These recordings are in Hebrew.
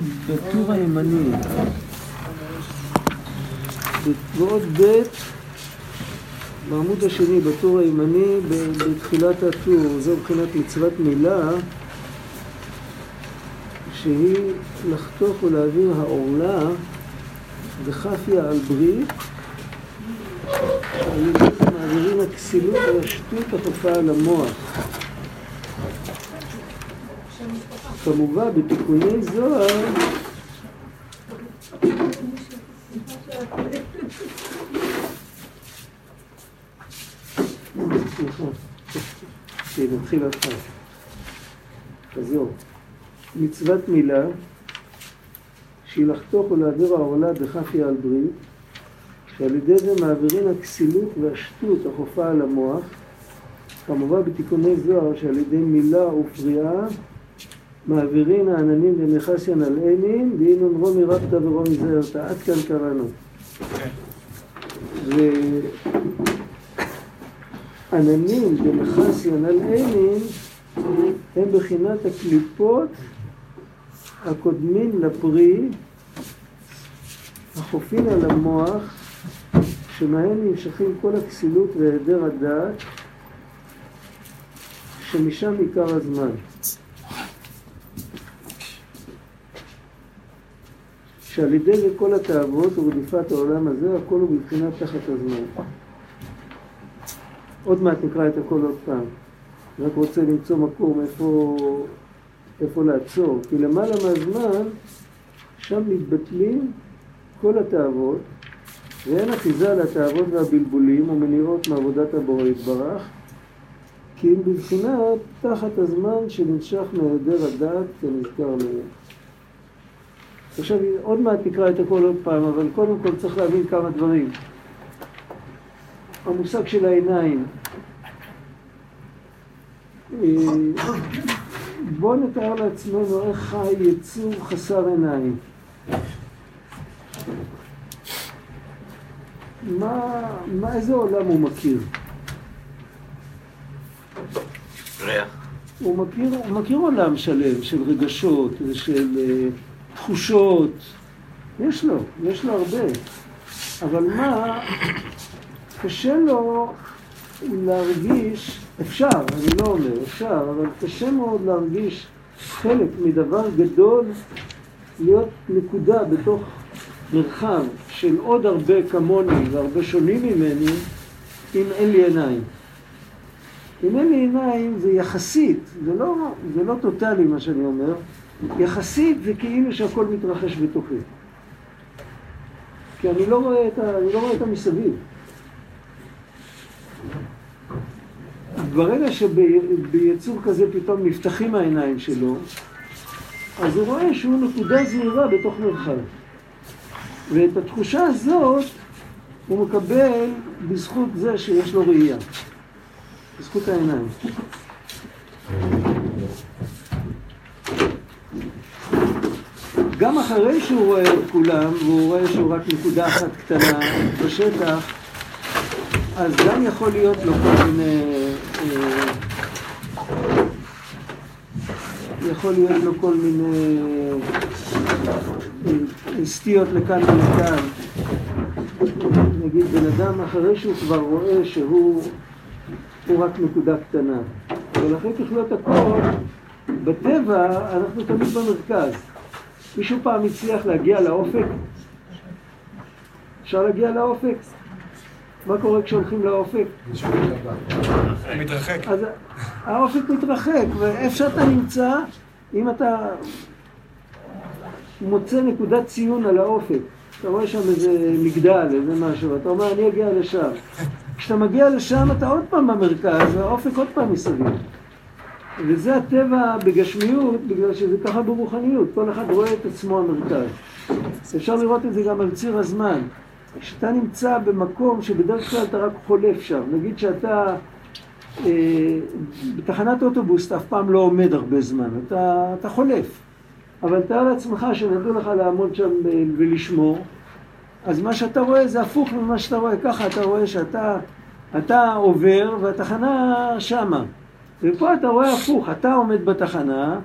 בטור הימני, ועוד ב' בעמוד השני, בטור הימני, בתחילת הטור, זו מבחינת מצוות מילה, שהיא לחתוך ולהעביר העורלה וחפיה על ברית, על ידי מעבירים הכסילות והשטות החופה על המוח. כמובן בתיקוני זוהר נתחיל עכשיו. אז יום, מצוות מילה שהיא לחתוך ולהעביר העורלה בחפיה על ברית, שעל ידי זה מעבירים הכסילות והשטות החופה על המוח. כמובן בתיקוני זוהר שעל ידי מילה ופריעה מעבירים העננים ומחסיין על עינין, ואינון רומי רבתא ורומי זהרתא. עד כאן קראנו. ועננים ומחסיין על עינין הם בחינת הקליפות הקודמים לפרי החופין על המוח, שמהם נמשכים כל הכסילות והיעדר הדעת, שמשם עיקר הזמן. שעל ידי זה כל התאוות ורדיפת העולם הזה, הכל הוא בבחינת תחת הזמן. עוד מעט נקרא את הכל עוד פעם. אני רק רוצה למצוא מקום איפה לעצור. כי למעלה מהזמן, שם מתבטלים כל התאוות, ואין אחיזה לתאוות והבלבולים ומניעות מעבודת הבורא יתברך, כי אם בבחינת תחת הזמן שנמשך מהיעדר הדעת כנזכר להם. עכשיו עוד מעט נקרא את הכל עוד פעם, אבל קודם כל צריך להבין כמה דברים. המושג של העיניים. בואו נתאר לעצמנו איך חי יצור חסר עיניים. איזה עולם הוא מכיר? ריח. הוא מכיר עולם שלם של רגשות ושל תחושות. יש לו הרבה. אבל מה? קשה לו להרגיש, אפשר, אני לא אומר, אפשר, אבל קשה מאוד להרגיש חלק מדבר גדול, להיות נקודה בתוך מרחב של עוד הרבה כמוני והרבה שונים ממני, אם אין לי עיניים. אם אין לי עיניים זה יחסית, זה לא טוטלי מה שאני אומר, יחסית זה כאילו שהכל מתרחש בתוכי. כי אני לא רואה את המסביב. ברגע שביצור כזה פתאום נפתחים העיניים שלו, אז הוא רואה שהוא נקודה זהירה בתוך מרחב. ואת התחושה הזאת הוא מקבל בזכות זה שיש לו ראייה. בזכות העיניים. גם אחרי שהוא רואה את כולם, והוא רואה שהוא רק נקודה אחת קטנה בשטח, אז גם יכול להיות לו כל מיני... יכול להיות לו כל מיני סטיות לכאן ולכאן. נגיד בן אדם אחרי שהוא כבר רואה שהוא רק נקודה קטנה. אבל אחרי ככלות הכל, בטבע אנחנו תמיד במרכז. מישהו פעם הצליח להגיע לאופק? אפשר להגיע לאופק? מה קורה כשהולכים לאופק? מתרחק. אז האופק מתרחק, ואיפה שאתה נמצא, אם אתה מוצא נקודת ציון על האופק, אתה רואה שם איזה מגדל, איזה משהו, אתה אומר אני אגיע לשם. כשאתה מגיע לשם אתה עוד פעם במרכז, והאופק עוד פעם מסביב. וזה הטבע בגשמיות, בגלל שזה ככה ברוחניות, כל אחד רואה את עצמו המרכז. אפשר לראות את זה גם על ציר הזמן. כשאתה נמצא במקום שבדרך כלל אתה רק חולף שם, נגיד שאתה בתחנת אוטובוס אתה אף פעם לא עומד הרבה זמן, אתה חולף. אבל תאר לעצמך שנדעו לך לעמוד שם ולשמור, אז מה שאתה רואה זה הפוך ממה שאתה רואה. ככה אתה רואה שאתה עובר והתחנה שמה. ופה אתה רואה הפוך, אתה עומד בתחנה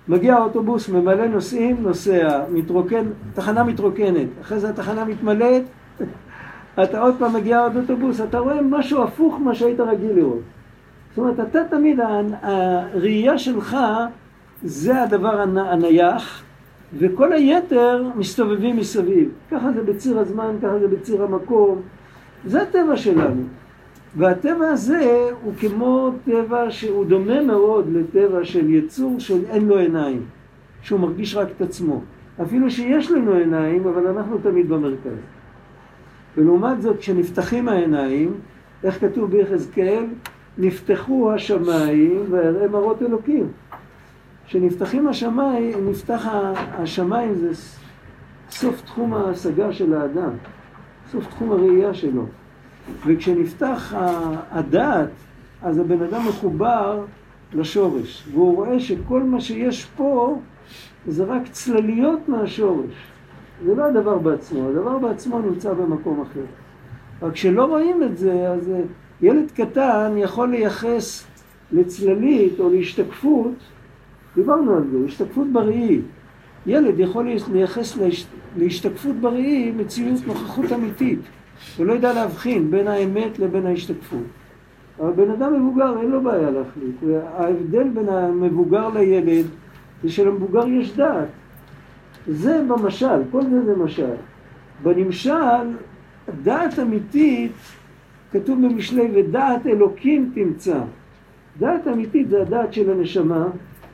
מגיע האוטובוס, ממלא נוסעים, נוסע, מתרוקן, תחנה מתרוקנת, אחרי זה התחנה מתמלאת, אתה עוד פעם מגיע עוד אוטובוס, אתה רואה משהו הפוך מה שהיית רגיל לראות. זאת אומרת, אתה תמיד, הראייה שלך זה הדבר הנייח, וכל היתר מסתובבים מסביב. ככה זה בציר הזמן, ככה זה בציר המקום. זה הטבע שלנו. והטבע הזה הוא כמו טבע שהוא דומה מאוד לטבע של יצור שאין לו עיניים, שהוא מרגיש רק את עצמו. אפילו שיש לנו עיניים, אבל אנחנו תמיד במרכז. ולעומת זאת, כשנפתחים העיניים, איך כתוב ביחזקאל? נפתחו השמיים ויראה מראות אלוקים. כשנפתחים השמיים, נפתח השמיים זה סוף תחום ההשגה של האדם, סוף תחום הראייה שלו. וכשנפתח הדעת, אז הבן אדם מחובר לשורש, והוא רואה שכל מה שיש פה זה רק צלליות מהשורש. זה לא הדבר בעצמו, הדבר בעצמו נמצא במקום אחר. רק כשלא רואים את זה, אז ילד קטן יכול לייחס לצללית או להשתקפות, דיברנו על זה, השתקפות בראי. ילד יכול לייחס להשתקפות בראי מציאות נוכחות אמיתית. הוא לא יודע להבחין בין האמת לבין ההשתקפות. אבל בן אדם מבוגר אין לו בעיה להחליט. ההבדל בין המבוגר לילד זה שלמבוגר יש דעת. זה במשל, כל זה משל. בנמשל, דעת אמיתית, כתוב במשלי, ודעת אלוקים תמצא. דעת אמיתית זה הדעת של הנשמה,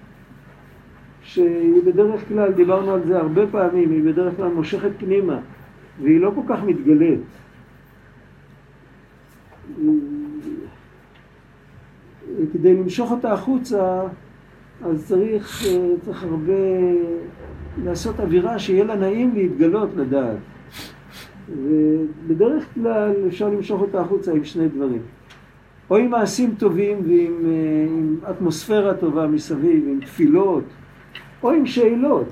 שהיא בדרך כלל, דיברנו על זה הרבה פעמים, היא בדרך כלל מושכת פנימה, והיא לא כל כך מתגלית. כדי למשוך אותה החוצה, אז צריך הרבה לעשות אווירה שיהיה לה נעים להתגלות לדעת. ובדרך כלל אפשר למשוך אותה החוצה עם שני דברים. או עם מעשים טובים ועם אטמוספירה טובה מסביב, עם תפילות, או עם שאלות.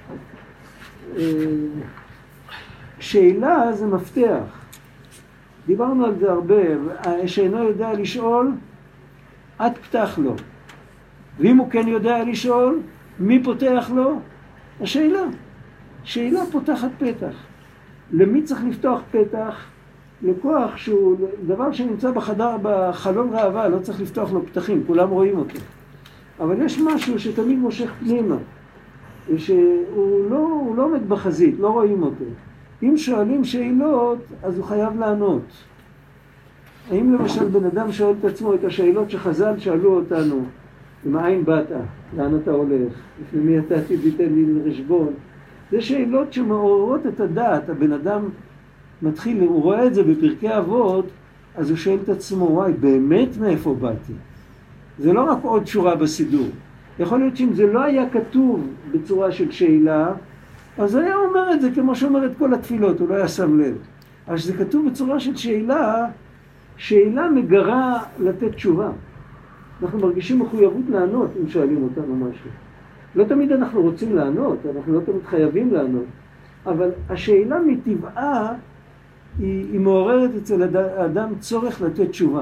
שאלה זה מפתח. דיברנו על זה הרבה. שאינו יודע לשאול, את פתח לו. ואם הוא כן יודע לשאול, מי פותח לו? השאלה. שאלה פותחת פתח. למי צריך לפתוח פתח? לכוח שהוא דבר שנמצא בחלון ראווה, לא צריך לפתוח לו פתחים, כולם רואים אותו. אבל יש משהו שתמיד מושך פנימה, שהוא לא עומד בחזית, לא רואים אותו. אם שואלים שאלות, אז הוא חייב לענות. האם למשל בן אדם שואל את עצמו את השאלות שחז"ל שאלו אותנו, מאין באת, לאן אתה הולך, לפני מי אתה תיתן לי לחשבון, זה שאלות שמעוררות את הדעת. הבן אדם מתחיל, הוא רואה את זה בפרקי אבות, אז הוא שואל את עצמו, וואי, באמת מאיפה באתי? זה לא רק עוד שורה בסידור. יכול להיות שאם זה לא היה כתוב בצורה של שאלה, אז היה אומר את זה כמו שאומר את כל התפילות, הוא לא היה שם לב. אבל שזה כתוב בצורה של שאלה, שאלה מגרה לתת תשובה. אנחנו מרגישים מחויבות לענות אם שואלים אותנו משהו. לא תמיד אנחנו רוצים לענות, אנחנו לא תמיד חייבים לענות. אבל השאלה מטבעה היא מעוררת אצל האדם צורך לתת תשובה.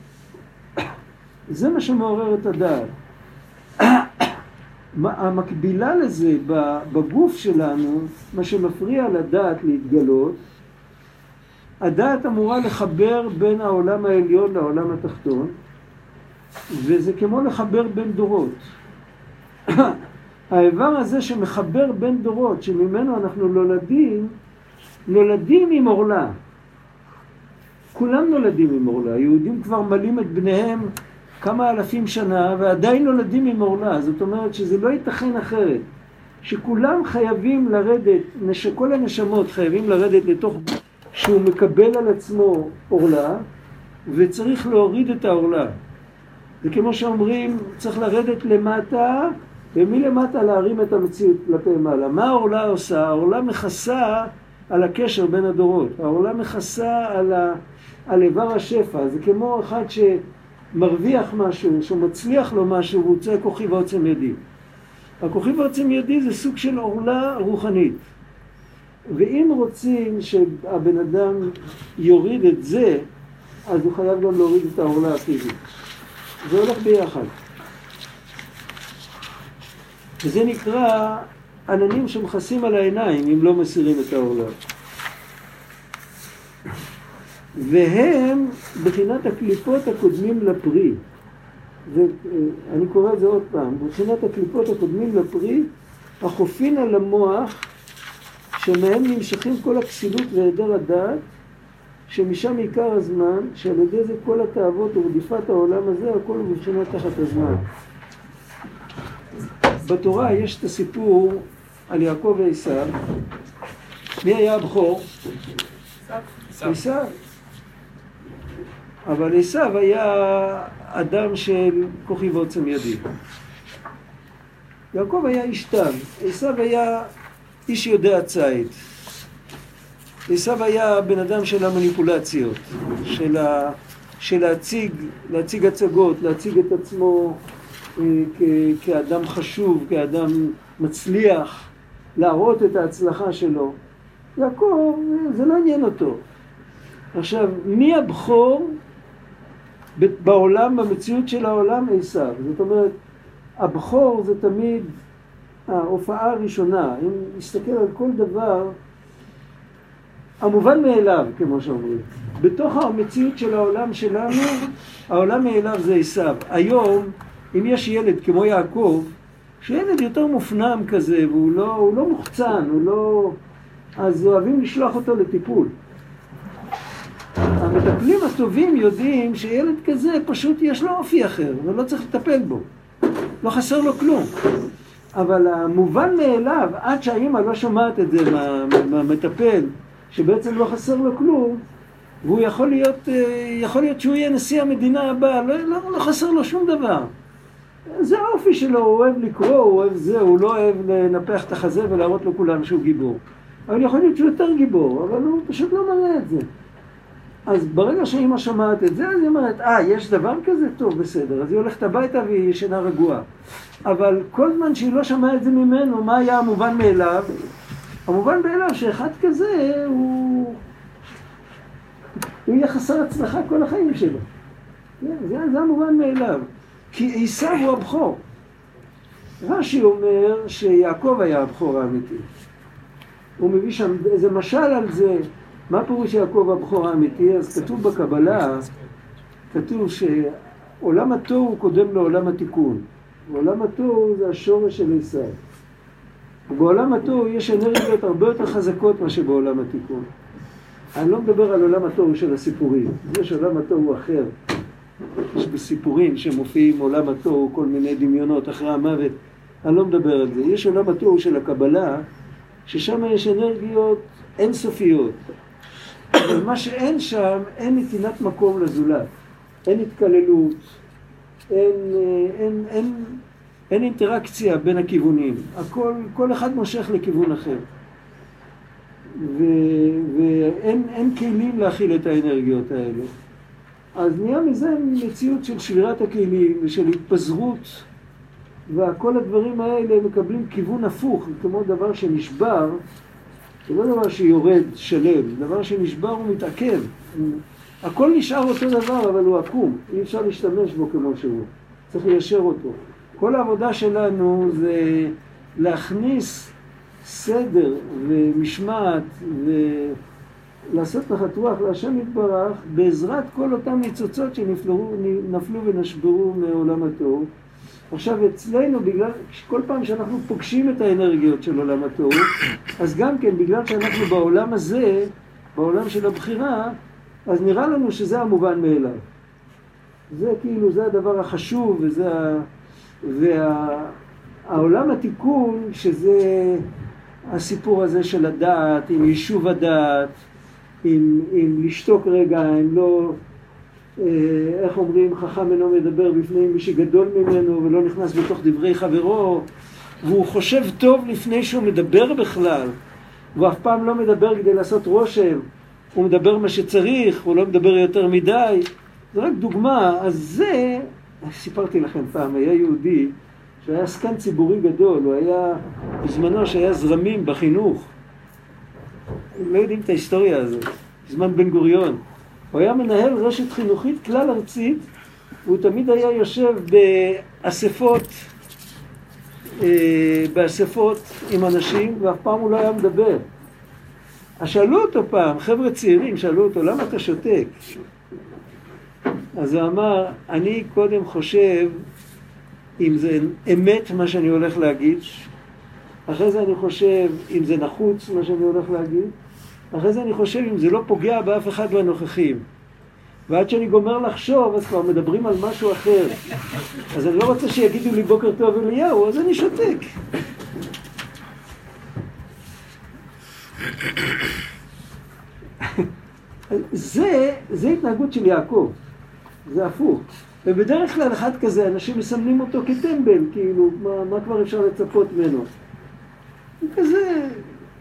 זה מה שמעורר את הדעת. המקבילה לזה בגוף שלנו, מה שמפריע לדעת להתגלות, הדעת אמורה לחבר בין העולם העליון לעולם התחתון, וזה כמו לחבר בין דורות. האיבר הזה שמחבר בין דורות, שממנו אנחנו נולדים עם עורלה. כולם נולדים עם עורלה. יהודים כבר מלאים את בניהם כמה אלפים שנה, ועדיין נולדים עם עורלה. זאת אומרת שזה לא ייתכן אחרת. שכולם חייבים לרדת, שכל הנשמות חייבים לרדת לתוך שהוא מקבל על עצמו עורלה, וצריך להוריד את העורלה. זה כמו שאומרים, צריך לרדת למטה, ומלמטה להרים את המציאות כלפי מעלה. מה העורלה עושה? העורלה מכסה על הקשר בין הדורות. העורלה מכסה על איבר השפע. זה כמו אחד שמרוויח משהו, שמצליח לו משהו, והוא צועק כוחי ועוצם ידי. הכוחי ועוצם ידי זה סוג של עורלה רוחנית. ואם רוצים שהבן אדם יוריד את זה, אז הוא חייב גם להוריד את העורלה הפיזית. זה הולך ביחד. וזה נקרא עננים שמכסים על העיניים אם לא מסירים את העולם. והם בחינת הקליפות הקודמים לפרי. אני קורא את זה עוד פעם. בחינת הקליפות הקודמים לפרי, החופין על המוח, שמהם נמשכים כל הכסילות והיעדר הדעת, שמשם עיקר הזמן, שעל ידי זה כל התאוות ורדיפת העולם הזה, הכל מבחינת תחת הזמן. בתורה יש את הסיפור על יעקב ועשיו. מי היה הבכור? עשיו. אבל עשיו היה אדם של כוחי ועוצם ידי. יעקב היה איש תם. עשיו היה איש יודע ציד. עשיו היה בן אדם של המניפולציות, של להציג הצגות, להציג את עצמו כאדם חשוב, כאדם מצליח, להראות את ההצלחה שלו. יעקב, זה לא עניין אותו. עכשיו, מי הבכור בעולם, במציאות של העולם? עשיו. זאת אומרת, הבכור זה תמיד ההופעה הראשונה. אם נסתכל על כל דבר, המובן מאליו, כמו שאומרים. בתוך המציאות של העולם שלנו, העולם מאליו זה עשיו. היום, אם יש ילד כמו יעקב, שילד יותר מופנם כזה, והוא לא מוחצן, אז אוהבים לשלוח אותו לטיפול. המטפלים הטובים יודעים שילד כזה פשוט יש לו אופי אחר, ולא צריך לטפל בו. לא חסר לו כלום. אבל המובן מאליו, עד שהאמא לא שומעת את זה מהמטפל, שבעצם לא חסר לו כלום, והוא יכול להיות שהוא יהיה נשיא המדינה הבאה, לא חסר לו שום דבר. זה האופי שלו, הוא אוהב לקרוא, הוא אוהב זה, הוא לא אוהב לנפח את החזה ולהראות לו כולם שהוא גיבור. אבל יכול להיות שהוא יותר גיבור, אבל הוא פשוט לא מראה את זה. אז ברגע שאמא שומעת את זה, אז היא אומרת, יש דבר כזה? טוב, בסדר. אז היא הולכת הביתה והיא ישנה רגועה. אבל כל זמן שהיא לא שמעה את זה ממנו, מה היה המובן מאליו? המובן מאליו שאחד כזה הוא יהיה חסר הצלחה כל החיים שלו. זה המובן מאליו. כי עשיו הוא הבכור. רש"י אומר שיעקב היה הבכור האמיתי. הוא מביא שם איזה משל על זה. מה פירוש יעקב הבכור האמיתי? אז כתוב בקבלה, כתוב שעולם התוהו קודם לעולם התיקון. ועולם התוהו זה השורש של עשיו. ובעולם התוהו יש אנרגיות הרבה יותר חזקות מה שבעולם התיקון. אני לא מדבר על עולם התוהו של הסיפורים. יש עולם התוהו אחר. יש בסיפורים שמופיעים עולם התוהו, כל מיני דמיונות אחרי המוות. אני לא מדבר על זה. יש עולם התוהו של הקבלה, ששם יש אנרגיות אינסופיות. אבל מה שאין שם, אין נתינת מקום לזולת. אין התקללות. אין אינטראקציה בין הכיוונים. כל אחד מושך לכיוון אחר. ואין כלים להכיל את האנרגיות האלה. אז נהיה מזה מציאות של שבירת הכלים ושל התפזרות, וכל הדברים האלה מקבלים כיוון הפוך, כמו דבר שנשבר, זה לא דבר שיורד שלם, דבר שנשבר הוא מתעכב. הכל נשאר אותו דבר, אבל הוא עקום, אי אפשר להשתמש בו כמו שהוא, צריך ליישר אותו. כל העבודה שלנו זה להכניס סדר ומשמעת ולעשות נחת רוח להשם יתברך בעזרת כל אותם ניצוצות שנפלו ונשברו מעולם התוהו. עכשיו אצלנו, כל פעם שאנחנו פוגשים את האנרגיות של עולם התוהו, אז גם כן בגלל שאנחנו בעולם הזה, בעולם של הבחירה, אז נראה לנו שזה המובן מאליו. זה כאילו, זה הדבר החשוב, והעולם התיקון, שזה הסיפור הזה של הדעת, עם יישוב הדעת, עם לשתוק רגע, עם לא, איך אומרים, חכם אינו מדבר בפני מי שגדול ממנו ולא נכנס בתוך דברי חברו, והוא חושב טוב לפני שהוא מדבר בכלל, והוא אף פעם לא מדבר כדי לעשות רושם, הוא מדבר מה שצריך, הוא לא מדבר יותר מדי. זה רק דוגמה. אז זה, סיפרתי לכם פעם, היה יהודי שהיה עסקן ציבורי גדול, הוא היה בזמנו שהיה זרמים בחינוך, לא יודעים את ההיסטוריה הזאת, בזמן בן גוריון. הוא היה מנהל רשת חינוכית כלל ארצית, והוא תמיד היה יושב באספות באספות עם אנשים, ואף פעם הוא לא היה מדבר. אז שאלו אותו פעם, חבר'ה צעירים שאלו אותו, למה אתה שותק? אז הוא אמר, אני קודם חושב אם זה אמת מה שאני הולך להגיד, אחרי זה אני חושב אם זה נחוץ מה שאני הולך להגיד, אחרי זה אני חושב אם זה לא פוגע באף אחד מהנוכחים. ועד שאני גומר לחשוב, אז כבר מדברים על משהו אחר. אז אני לא רוצה שיגידו לי בוקר טוב אליהו, אז אני שותק. זה התנהגות של יעקב. זה הפוך. ובדרך כלל אחד כזה, אנשים מסמנים אותו כטמבל, כאילו, מה כבר אפשר לצפות ממנו? כזה.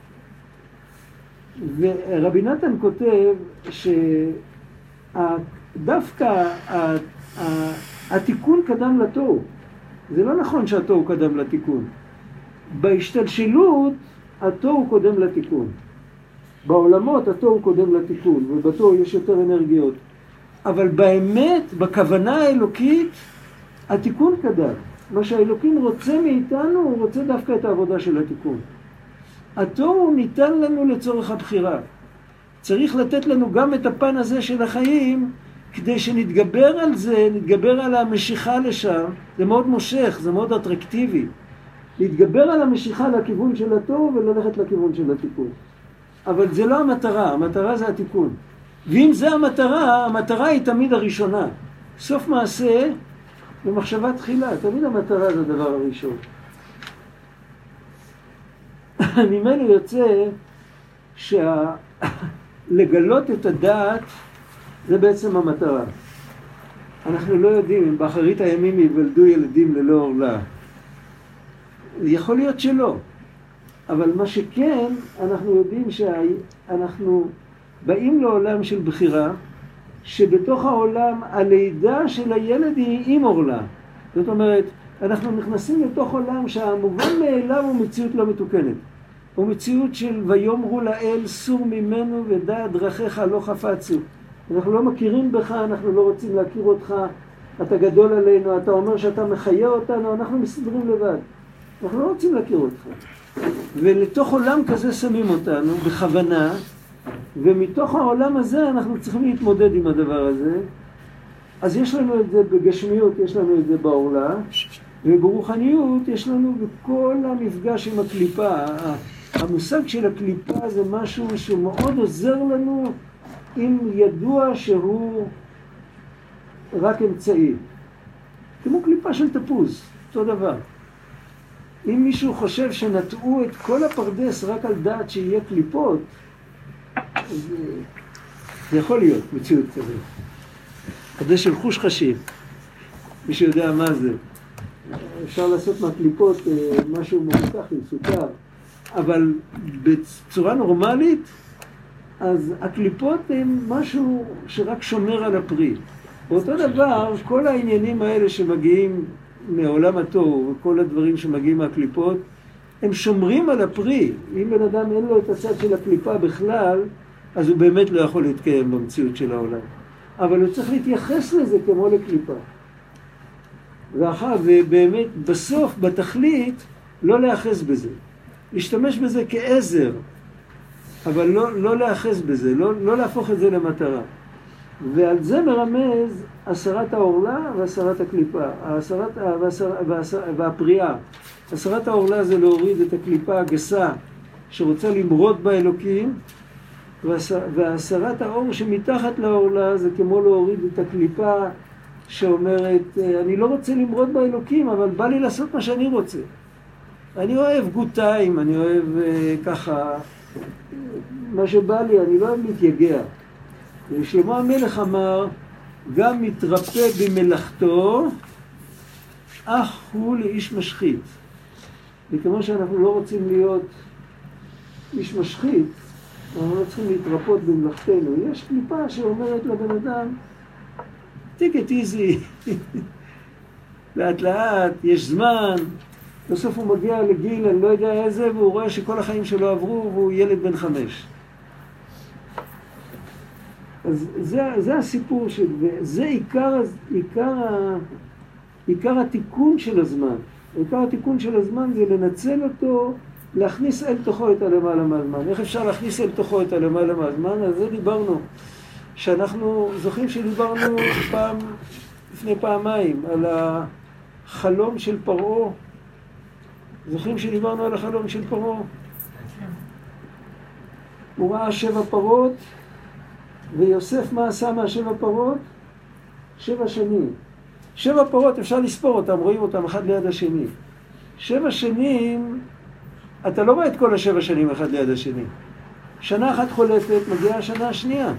ורבי נתן כותב שדווקא התיקון קדם לתוהו. זה לא נכון שהתוהו קדם לתיקון. בהשתלשלות התוהו קודם לתיקון. בעולמות התוהו קודם לתיקון, ובתוהו יש יותר אנרגיות. אבל באמת, בכוונה האלוקית, התיקון קדם. מה שהאלוקים רוצה מאיתנו, הוא רוצה דווקא את העבודה של התיקון. התוהו ניתן לנו לצורך הבחירה. צריך לתת לנו גם את הפן הזה של החיים, כדי שנתגבר על זה, נתגבר על המשיכה לשם. זה מאוד מושך, זה מאוד אטרקטיבי. להתגבר על המשיכה לכיוון של התוהו וללכת לכיוון של התיקון. אבל זה לא המטרה, המטרה זה התיקון. ואם זה המטרה, המטרה היא תמיד הראשונה. סוף מעשה במחשבה תחילה, תמיד המטרה זה הדבר הראשון. ממנו יוצא לגלות את הדעת זה בעצם המטרה. אנחנו לא יודעים אם באחרית הימים ייוולדו ילדים ללא עורלה. יכול להיות שלא. אבל מה שכן, אנחנו יודעים שאנחנו באים לעולם של בחירה, שבתוך העולם הלידה של הילד היא עם עורלה. זאת אומרת, אנחנו נכנסים לתוך עולם שהמובן מאליו הוא מציאות לא מתוקנת. הוא מציאות של ויאמרו לאל סור ממנו ודע דרכיך לא חפצו. אנחנו לא מכירים בך, אנחנו לא רוצים להכיר אותך, אתה גדול עלינו, אתה אומר שאתה מחיה אותנו, אנחנו מסתדרים לבד. אנחנו לא רוצים להכיר אותך. ולתוך עולם כזה שמים אותנו בכוונה, ומתוך העולם הזה אנחנו צריכים להתמודד עם הדבר הזה. אז יש לנו את זה בגשמיות, יש לנו את זה בעורלה, וברוחניות יש לנו בכל המפגש עם הקליפה. המושג של הקליפה זה משהו שמאוד עוזר לנו אם ידוע שהוא רק אמצעי. כמו קליפה של תפוז, אותו דבר. אם מישהו חושב שנטעו את כל הפרדס רק על דעת שיהיה קליפות, זה יכול להיות מציאות כזה. פרדס של חוש חשים. מי שיודע מה זה. אפשר לעשות מהקליפות משהו מרוכך עם סוכר. אבל בצורה נורמלית, אז הקליפות הן משהו שרק שומר על הפרי. באותו דבר, כל העניינים האלה שמגיעים מעולם התוהו, וכל הדברים שמגיעים מהקליפות, הם שומרים על הפרי. אם בן אדם אין לו את הצד של הקליפה בכלל, אז הוא באמת לא יכול להתקיים במציאות של העולם. אבל הוא צריך להתייחס לזה כמו לקליפה. ובאמת, בסוף, בתכלית, לא להיאחז בזה. להשתמש בזה כעזר, אבל לא להיאחז בזה, לא להפוך את זה למטרה. ועל זה מרמז הסרת העורלה והסרת הקליפה, והפריאה. הסרת העורלה זה להוריד את הקליפה הגסה שרוצה למרוד באלוקים, והסרת האור שמתחת לעורלה זה כמו להוריד את הקליפה שאומרת, אני לא רוצה למרוד באלוקים, אבל בא לי לעשות מה שאני רוצה. אני אוהב גוטיים, אני אוהב ככה, מה שבא לי, אני לא אוהב להתייגע. ושלמה המלך אמר, גם מתרפא במלאכתו, אך הוא לאיש משחית. וכמו שאנחנו לא רוצים להיות איש משחית, אנחנו לא צריכים להתרפות במלאכתנו. יש קליפה שאומרת לבן אדם, take it easy, לאט לאט, יש זמן, בסוף הוא מגיע לגיל, אני לא יודע איזה, והוא רואה שכל החיים שלו עברו, והוא ילד בן 5. אז זה הסיפור וזה עיקר התיקון של הזמן. עיקר התיקון של הזמן זה לנצל אותו, להכניס אל תוכו את הלמעלה מהזמן. איך אפשר להכניס אל תוכו את הלמעלה מהזמן? על זה דיברנו. שאנחנו זוכרים שדיברנו לפני פעמיים על החלום של פרעה. זוכרים שדיברנו על החלום של פרעה? הוא ראה 7 פרות, ויוסף מה עשה מה7 פרות? 7 שנים. 7 פרות אפשר לספור אותם, רואים אותם אחד ליד השני. 7 שנים, אתה לא רואה את כל 7 שנים אחד ליד השני. שנה אחת חולפת, מגיעה השנה השנייה.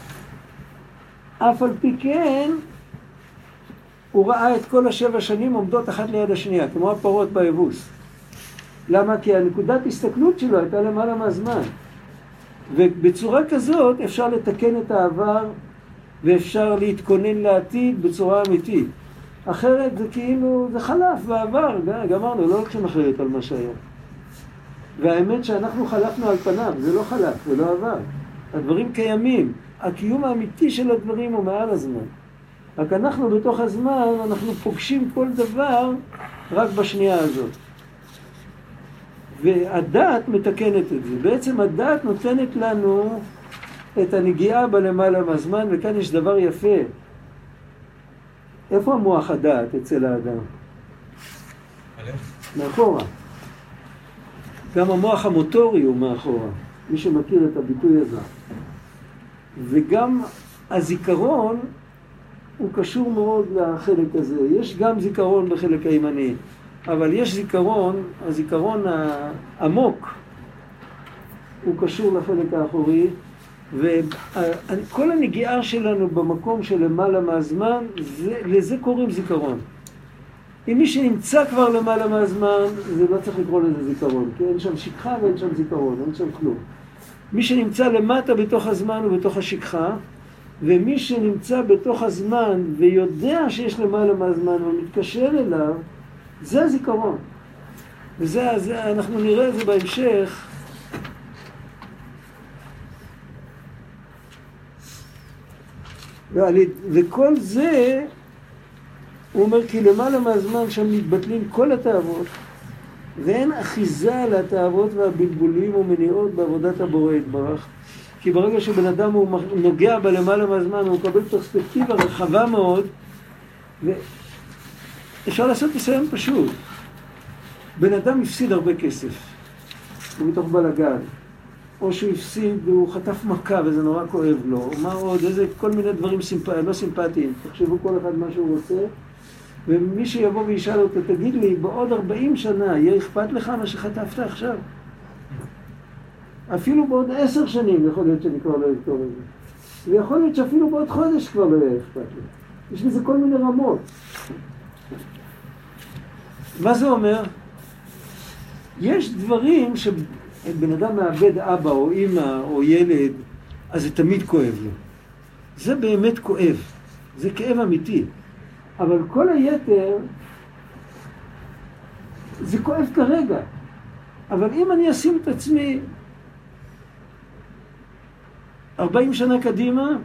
אף על פי כן, הוא ראה את כל 7 שנים עומדות אחת ליד השנייה, כמו הפרות ביבוס. למה? כי הנקודת הסתכלות שלו הייתה למעלה מהזמן. ובצורה כזאת אפשר לתקן את העבר ואפשר להתכונן לעתיד בצורה אמיתית. אחרת זה כאילו, זה חלף בעבר, גמרנו, לא הולכים אחרת על מה שהיה. והאמת שאנחנו חלפנו על פניו, זה לא חלף, זה לא עבר. הדברים קיימים, הקיום האמיתי של הדברים הוא מעל הזמן. רק אנחנו בתוך הזמן, אנחנו פוגשים כל דבר רק בשנייה הזאת. והדעת מתקנת את זה. בעצם הדעת נותנת לנו את הנגיעה בלמעלה מהזמן, וכאן יש דבר יפה. איפה המוח הדעת אצל האדם? מאחורה. גם המוח המוטורי הוא מאחורה, מי שמכיר את הביטוי הזה. וגם הזיכרון הוא קשור מאוד לחלק הזה. יש גם זיכרון בחלק הימני, אבל יש זיכרון, הזיכרון העמוק הוא קשור לחלק האחורי, וכל הנגיעה שלנו במקום של למעלה מהזמן, לזה קוראים זיכרון. אם מי שנמצא כבר למעלה מהזמן, זה לא צריך לקרוא לזה זיכרון, כי אין שם שכחה ואין שם זיכרון, אין שם כלום. מי שנמצא למטה בתוך הזמן ובתוך השכחה, ומי שנמצא בתוך הזמן ויודע שיש למעלה מהזמן ומתקשר אליו, זה הזיכרון. וזה, אנחנו נראה את זה בהמשך. וכל זה, הוא אומר, כי למעלה מהזמן שם מתבטלים כל התאוות, ואין אחיזה על התאוות והבלבולים ומניעות בעבודת הבורא יתברך. כי ברגע שבן אדם הוא נוגע בלמעלה מהזמן, הוא מקבל פרספקטיבה רחבה מאוד, ואפשר לעשות ניסיון פשוט. בן אדם הפסיד הרבה כסף, הוא בתוך בלגן, או שהוא הפסיד והוא חטף מכה וזה נורא כואב לו, או מה עוד, איזה כל מיני דברים לא סימפטיים, תחשבו כל אחד מה שהוא רוצה, ומי שיבוא וישאל אותו, תגיד לי, בעוד 40 שנה יהיה אכפת לך מה שחטפת עכשיו? אפילו בעוד 10 שנים יכול להיות שאני כבר לא אזכור את זה. ויכול להיות שאפילו בעוד חודש כבר לא יהיה אכפת לי. יש בזה כל מיני רמות. מה זה אומר? יש דברים שבן אדם מאבד אבא או אמא או ילד, אז זה תמיד כואב לו. זה באמת כואב. זה כאב אמיתי. אבל כל היתר, זה כואב כרגע. אבל אם אני אשים את עצמי 40 שנה קדימה,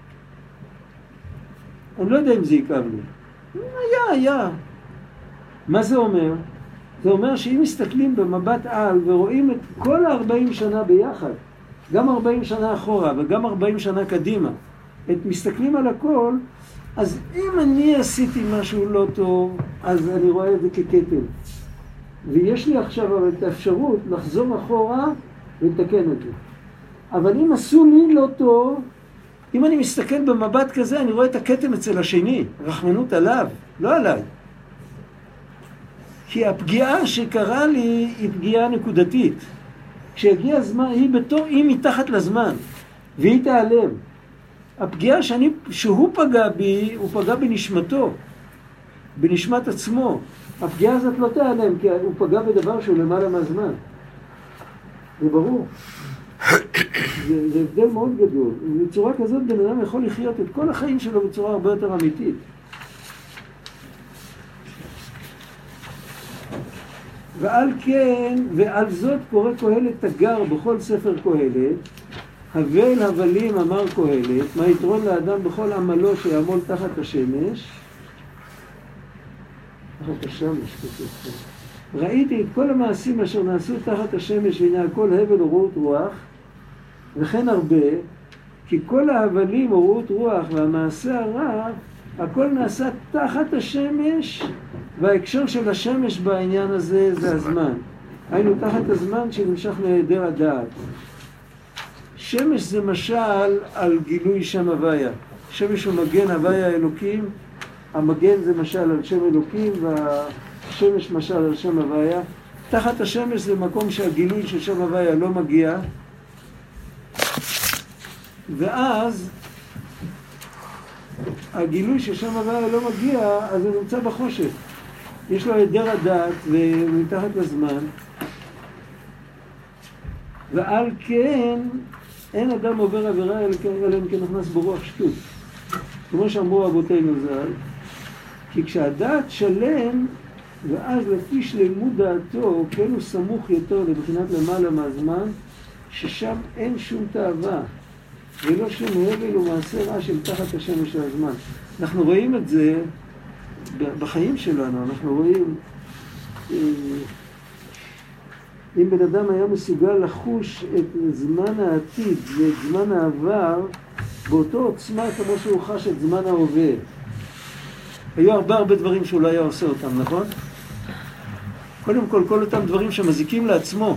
אני לא יודע אם זה יקב לי. היה. מה זה אומר? זה אומר שאם מסתכלים במבט על ורואים את כל 40 שנה ביחד, גם 40 שנה אחורה וגם 40 שנה קדימה, מסתכלים על הכל, אז אם אני עשיתי משהו לא טוב, אז אני רואה את זה כקטל. ויש לי עכשיו את האפשרות לחזור אחורה ולתקן את זה. אבל אם עשו לי לא טוב, אם אני מסתכל במבט כזה, אני רואה את הכתם אצל השני, רחמנות עליו, לא עליי. כי הפגיעה שקרה לי היא פגיעה נקודתית. כשהגיע הזמן, היא מתחת לזמן, והיא תיעלם. הפגיעה שהוא פגע בי, הוא פגע בנשמתו, בנשמת עצמו. הפגיעה הזאת לא תיעלם, כי הוא פגע בדבר שהוא למעלה מהזמן. זה ברור. זה הבדל מאוד גדול. בצורה כזאת בן אדם יכול לחיות את כל החיים שלו בצורה הרבה יותר אמיתית. ועל כן, ועל זאת קורא קהלת תגר בכל ספר קהלת, הבל הבלים אמר קהלת, מה יתרון לאדם בכל עמלו שיעמול תחת השמש? תחת השמש, כתוב. ראיתי את כל המעשים אשר נעשו תחת השמש, והנה הכל הבל ורעות רוח, וכן הרבה, כי כל ההבלים ורעות רוח והמעשה הרע, הכל נעשה תחת השמש, וההקשר של השמש בעניין הזה זה הזמן. היינו תחת הזמן שנמשך מהיעדר הדעת. שמש זה משל על גילוי שם הוויה. שמש הוא מגן הוויה אלוקים, המגן זה משל על שם אלוקים, והשמש משל על שם הוויה. תחת השמש זה מקום שהגילוי של שם הוויה לא מגיע, ואז הגילוי של שם הוויה לא מגיע, אז הוא נמצא בחושך. יש לו היעדר הדעת ומתחת לזמן, ועל כן אין אדם עובר עבירה אלא אם כן נכנס ברוח שטות. כמו שאמרו אבותינו ז"ל, כי כשהדעת שלם, ואז לפי שלמות דעתו, כן הוא סמוך יותר לבחינת למעלה מהזמן, ששם אין שום תאווה, ולא שום הבל ומעשה רע של תחת השמש של הזמן. אנחנו רואים את זה בחיים שלנו, אנחנו רואים, אם בן אדם היה מסוגל לחוש את זמן העתיד ואת זמן העבר, באותו עוצמה כמו שהוא חש את זמן ההווה. היו הרבה דברים שהוא לא היה עושה אותם, נכון? קודם כל אותם דברים שמזיקים לעצמו,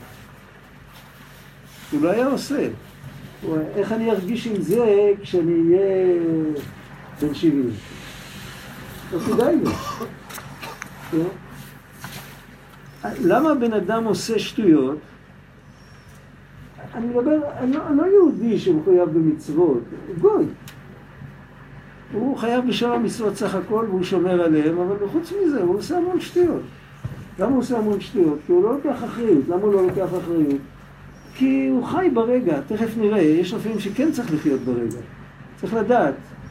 הוא לא היה עושה. איך אני ארגיש עם זה כשאני אהיה בן 70? לא כדאי לי. למה בן אדם עושה שטויות? אני מדבר, אני לא יהודי שמחויב במצוות, הוא גוי. הוא חייב בשאר המצוות סך הכל והוא שומר עליהם, אבל בחוץ מזה הוא עושה המון שטויות. למה הוא עושה המון שטויות? כי הוא לא לוקח אחריות. למה הוא לא לוקח אחריות? כי הוא חי ברגע, תכף נראה, יש לפעמים שכן צריך לחיות ברגע. צריך לדעת.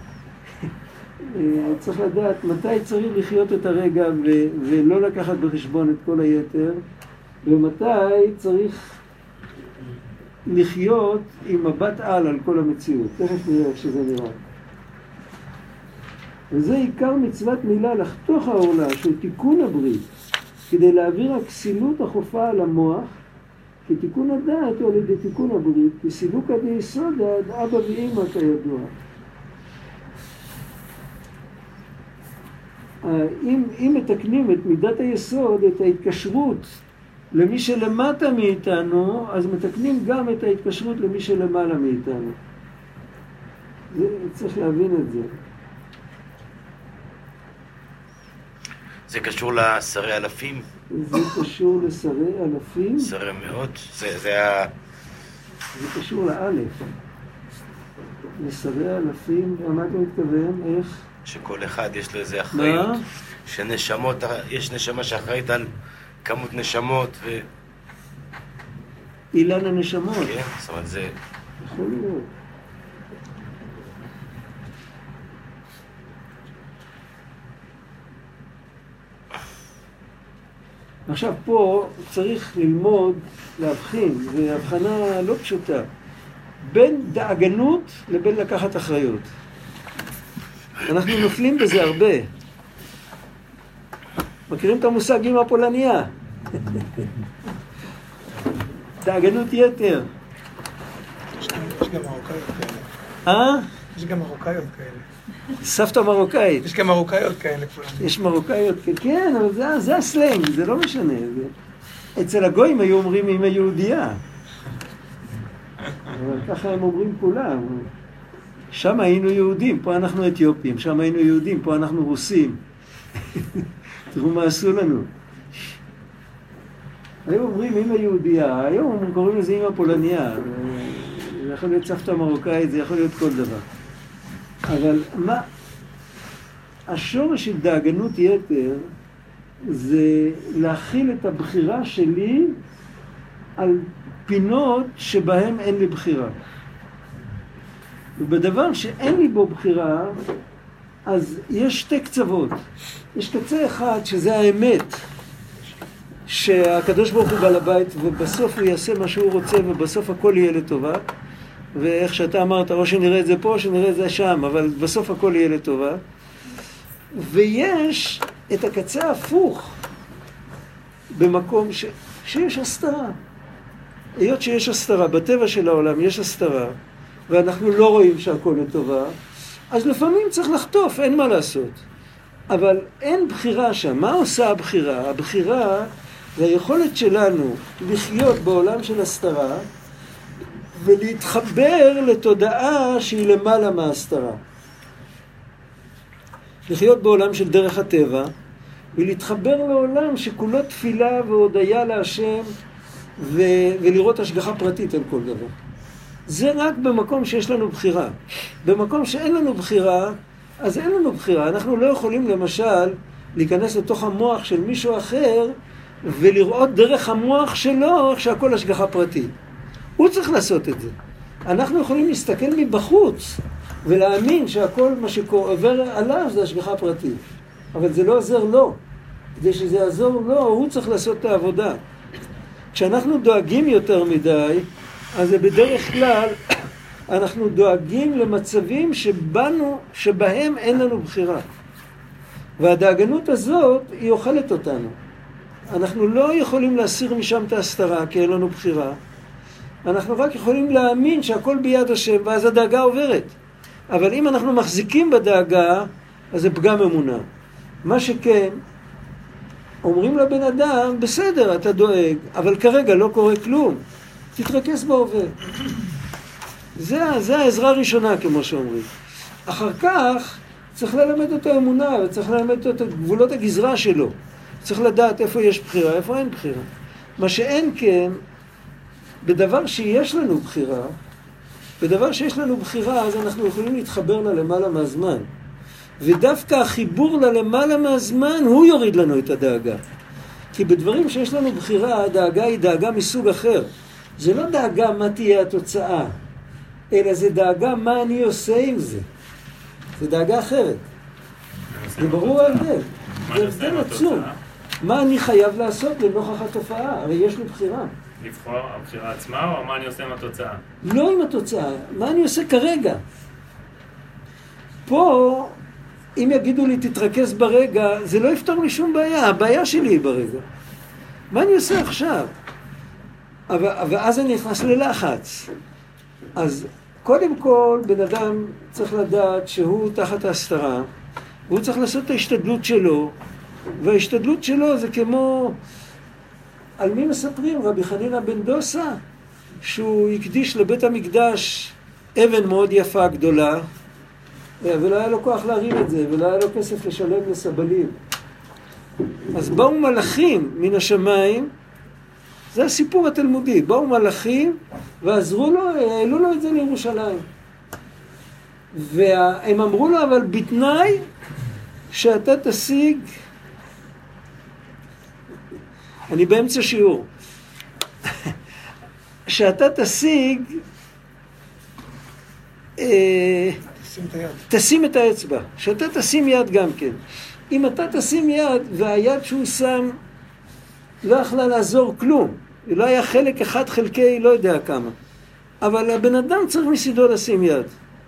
צריך לדעת מתי צריך לחיות את הרגע ולא לקחת בחשבון את כל היתר, ומתי צריך לחיות עם מבט על כל המציאות. תכף נראה איך שזה נראה. וזה עיקר מצוות מילה לחתוך העורלה, שהוא תיקון הברית, כדי להעביר הכסילות החופה על המוח, כי תיקון הדעת הוא על ידי תיקון הברית, כי סילוק עד יסוד עד אבא ואמא כידוע. אם מתקנים את מידת היסוד, את ההתקשרות למי שלמטה מאיתנו, אז מתקנים גם את ההתקשרות למי שלמעלה מאיתנו. צריך להבין את זה. זה קשור לשרי אלפים? זה קשור לשרי אלפים? שרי מאות? זה קשור לאלף. לשרי אלפים, מה אתה מתכוון? איך? שכל אחד יש לו איזה אחריות. מה? שנשמות, יש נשמה שאחראית על כמות נשמות ו... אילן הנשמות. כן, זאת אומרת זה... יכול להיות. עכשיו פה צריך ללמוד, להבחין, והבחנה לא פשוטה, בין דאגנות לבין לקחת אחריות. אנחנו נופלים בזה הרבה. מכירים את המושג אמא פולניה? דאגנות יתר. יש גם מרוקאיות כאלה. יש גם מרוקאיות כאלה. סבתא מרוקאית. יש גם מרוקאיות כאלה. יש מרוקאיות, כן, אבל זה הסלנג, זה לא משנה. אצל הגויים היו אומרים אמא יהודייה. אבל ככה הם אומרים כולם. שם היינו יהודים, פה אנחנו אתיופים, שם היינו יהודים, פה אנחנו רוסים. תראו מה עשו לנו. היו אומרים אמא יהודייה, היום הם קוראים לזה אמא פולניה. זה יכול להיות סבתא מרוקאית, זה יכול להיות כל דבר. אבל מה, השורש של דאגנות יתר זה להכיל את הבחירה שלי על פינות שבהם אין לי בחירה. ובדבר שאין לי בו בחירה, אז יש שתי קצוות. יש קצה אחד שזה האמת, שהקדוש ברוך הוא בעל הבית ובסוף הוא יעשה מה שהוא רוצה ובסוף הכל יהיה לטובה. ואיך שאתה אמרת, או שנראה את זה פה או שנראה את זה שם, אבל בסוף הכל יהיה לטובה. ויש את הקצה ההפוך, במקום שיש הסתרה. היות שיש הסתרה, בטבע של העולם יש הסתרה, ואנחנו לא רואים שהכל לטובה, אז לפעמים צריך לחטוף, אין מה לעשות. אבל אין בחירה שם. מה עושה הבחירה? הבחירה זה היכולת שלנו לחיות בעולם של הסתרה, ולהתחבר לתודעה שהיא למעלה מההסתרה. לחיות בעולם של דרך הטבע, ולהתחבר לעולם שכולו תפילה והודיה להשם, ולראות השגחה פרטית על כל דבר. זה רק במקום שיש לנו בחירה. במקום שאין לנו בחירה, אז אין לנו בחירה. אנחנו לא יכולים למשל להיכנס לתוך המוח של מישהו אחר, ולראות דרך המוח שלו שהכל השגחה פרטית. הוא צריך לעשות את זה. אנחנו יכולים להסתכל מבחוץ, ולהאמין שהכל מה שעובר עליו זה השגחה פרטית. אבל זה לא עוזר לו. כדי שזה יעזור לו, הוא צריך לעשות את העבודה. כשאנחנו דואגים יותר מדי, אז זה בדרך כלל, אנחנו דואגים למצבים שבהם אין לנו בחירה. והדאגנות הזאת, היא אוכלת אותנו. אנחנו לא יכולים להסיר משם את ההסתרה, כי אין לנו בחירה. אנחנו רק יכולים להאמין שהכל ביד השם, ואז הדאגה עוברת. אבל אם אנחנו מחזיקים בדאגה, אז זה פגם אמונה. מה שכן, אומרים לבן אדם, בסדר, אתה דואג, אבל כרגע לא קורה כלום. תתרכז בהווה. זה העזרה הראשונה, כמו שאומרים. אחר כך, צריך ללמד אותו אמונה, וצריך ללמד אותו את גבולות הגזרה שלו. צריך לדעת איפה יש בחירה, איפה אין בחירה. מה שאין כן, בדבר שיש לנו בחירה, אז אנחנו יכולים להתחבר לה למעלה מהזמן. ודווקא החיבור לה למעלה מהזמן, הוא יוריד לנו את הדאגה. כי בדברים שיש לנו בחירה, הדאגה היא דאגה מסוג אחר. זה לא דאגה מה תהיה התוצאה, אלא זה דאגה מה אני עושה עם זה. זה דאגה אחרת. זה ברור ההבדל. זה הבדל עצום. מה אני חייב לעשות לנוכח התופעה? הרי יש לי בחירה. לבחור הבחירה עצמה, או מה אני עושה עם התוצאה? לא עם התוצאה, מה אני עושה כרגע. פה, אם יגידו לי תתרכז ברגע, זה לא יפתור לי שום בעיה, הבעיה שלי היא ברגע. מה אני עושה עכשיו? ואז אני נכנס ללחץ. אז קודם כל, בן אדם צריך לדעת שהוא תחת ההסתרה, והוא צריך לעשות את ההשתדלות שלו, וההשתדלות שלו זה כמו... על מי מספרים? רבי חנינא בן דוסה, שהוא הקדיש לבית המקדש אבן מאוד יפה, גדולה, ולא היה לו כוח להרים את זה, ולא היה לו כסף לשלם לסבלים. אז באו מלאכים מן השמיים, זה הסיפור התלמודי, באו מלאכים ועזרו לו, העלו לו את זה לירושלים. והם אמרו לו, אבל בתנאי שאתה תשיג... אני באמצע שיעור. שאתה תשיג... תשים את האצבע. שאתה תשים יד גם כן. אם אתה תשים יד והיד שהוא שם לא יכלה לעזור כלום. לא היה חלק אחד חלקי לא יודע כמה. אבל הבן אדם צריך מסידו לשים יד.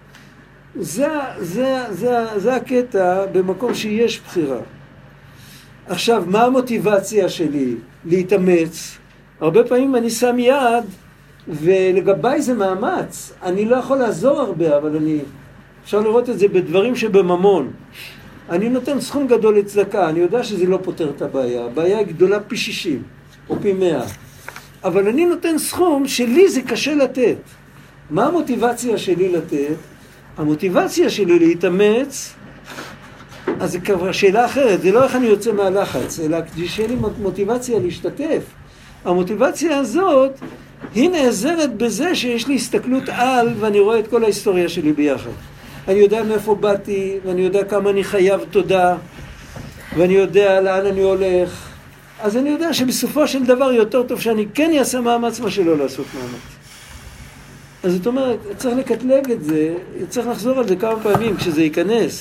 זה הקטע במקום שיש בחירה. עכשיו, מה המוטיבציה שלי? להתאמץ. הרבה פעמים אני שם יד, ולגביי זה מאמץ. אני לא יכול לעזור הרבה, אבל אפשר לראות את זה בדברים שבממון. אני נותן סכום גדול לצדקה, אני יודע שזה לא פותר את הבעיה. הבעיה היא גדולה פי 60, או פי 100. אבל אני נותן סכום שלי זה קשה לתת. מה המוטיבציה שלי לתת? המוטיבציה שלי להתאמץ, אז זה כבר שאלה אחרת, זה לא איך אני יוצא מהלחץ, אלא כדי שיהיה לי מוטיבציה להשתתף. המוטיבציה הזאת, היא נעזרת בזה שיש לי הסתכלות על, ואני רואה את כל ההיסטוריה שלי ביחד. אני יודע מאיפה באתי, ואני יודע כמה אני חייב תודה, ואני יודע לאן אני הולך. אז אני יודע שבסופו של דבר יותר טוב שאני כן אעשה מאמץ מה שלא לעשות מאמץ. אז זאת אומרת, צריך לקטלג את זה, צריך לחזור על זה כמה פעמים כשזה ייכנס.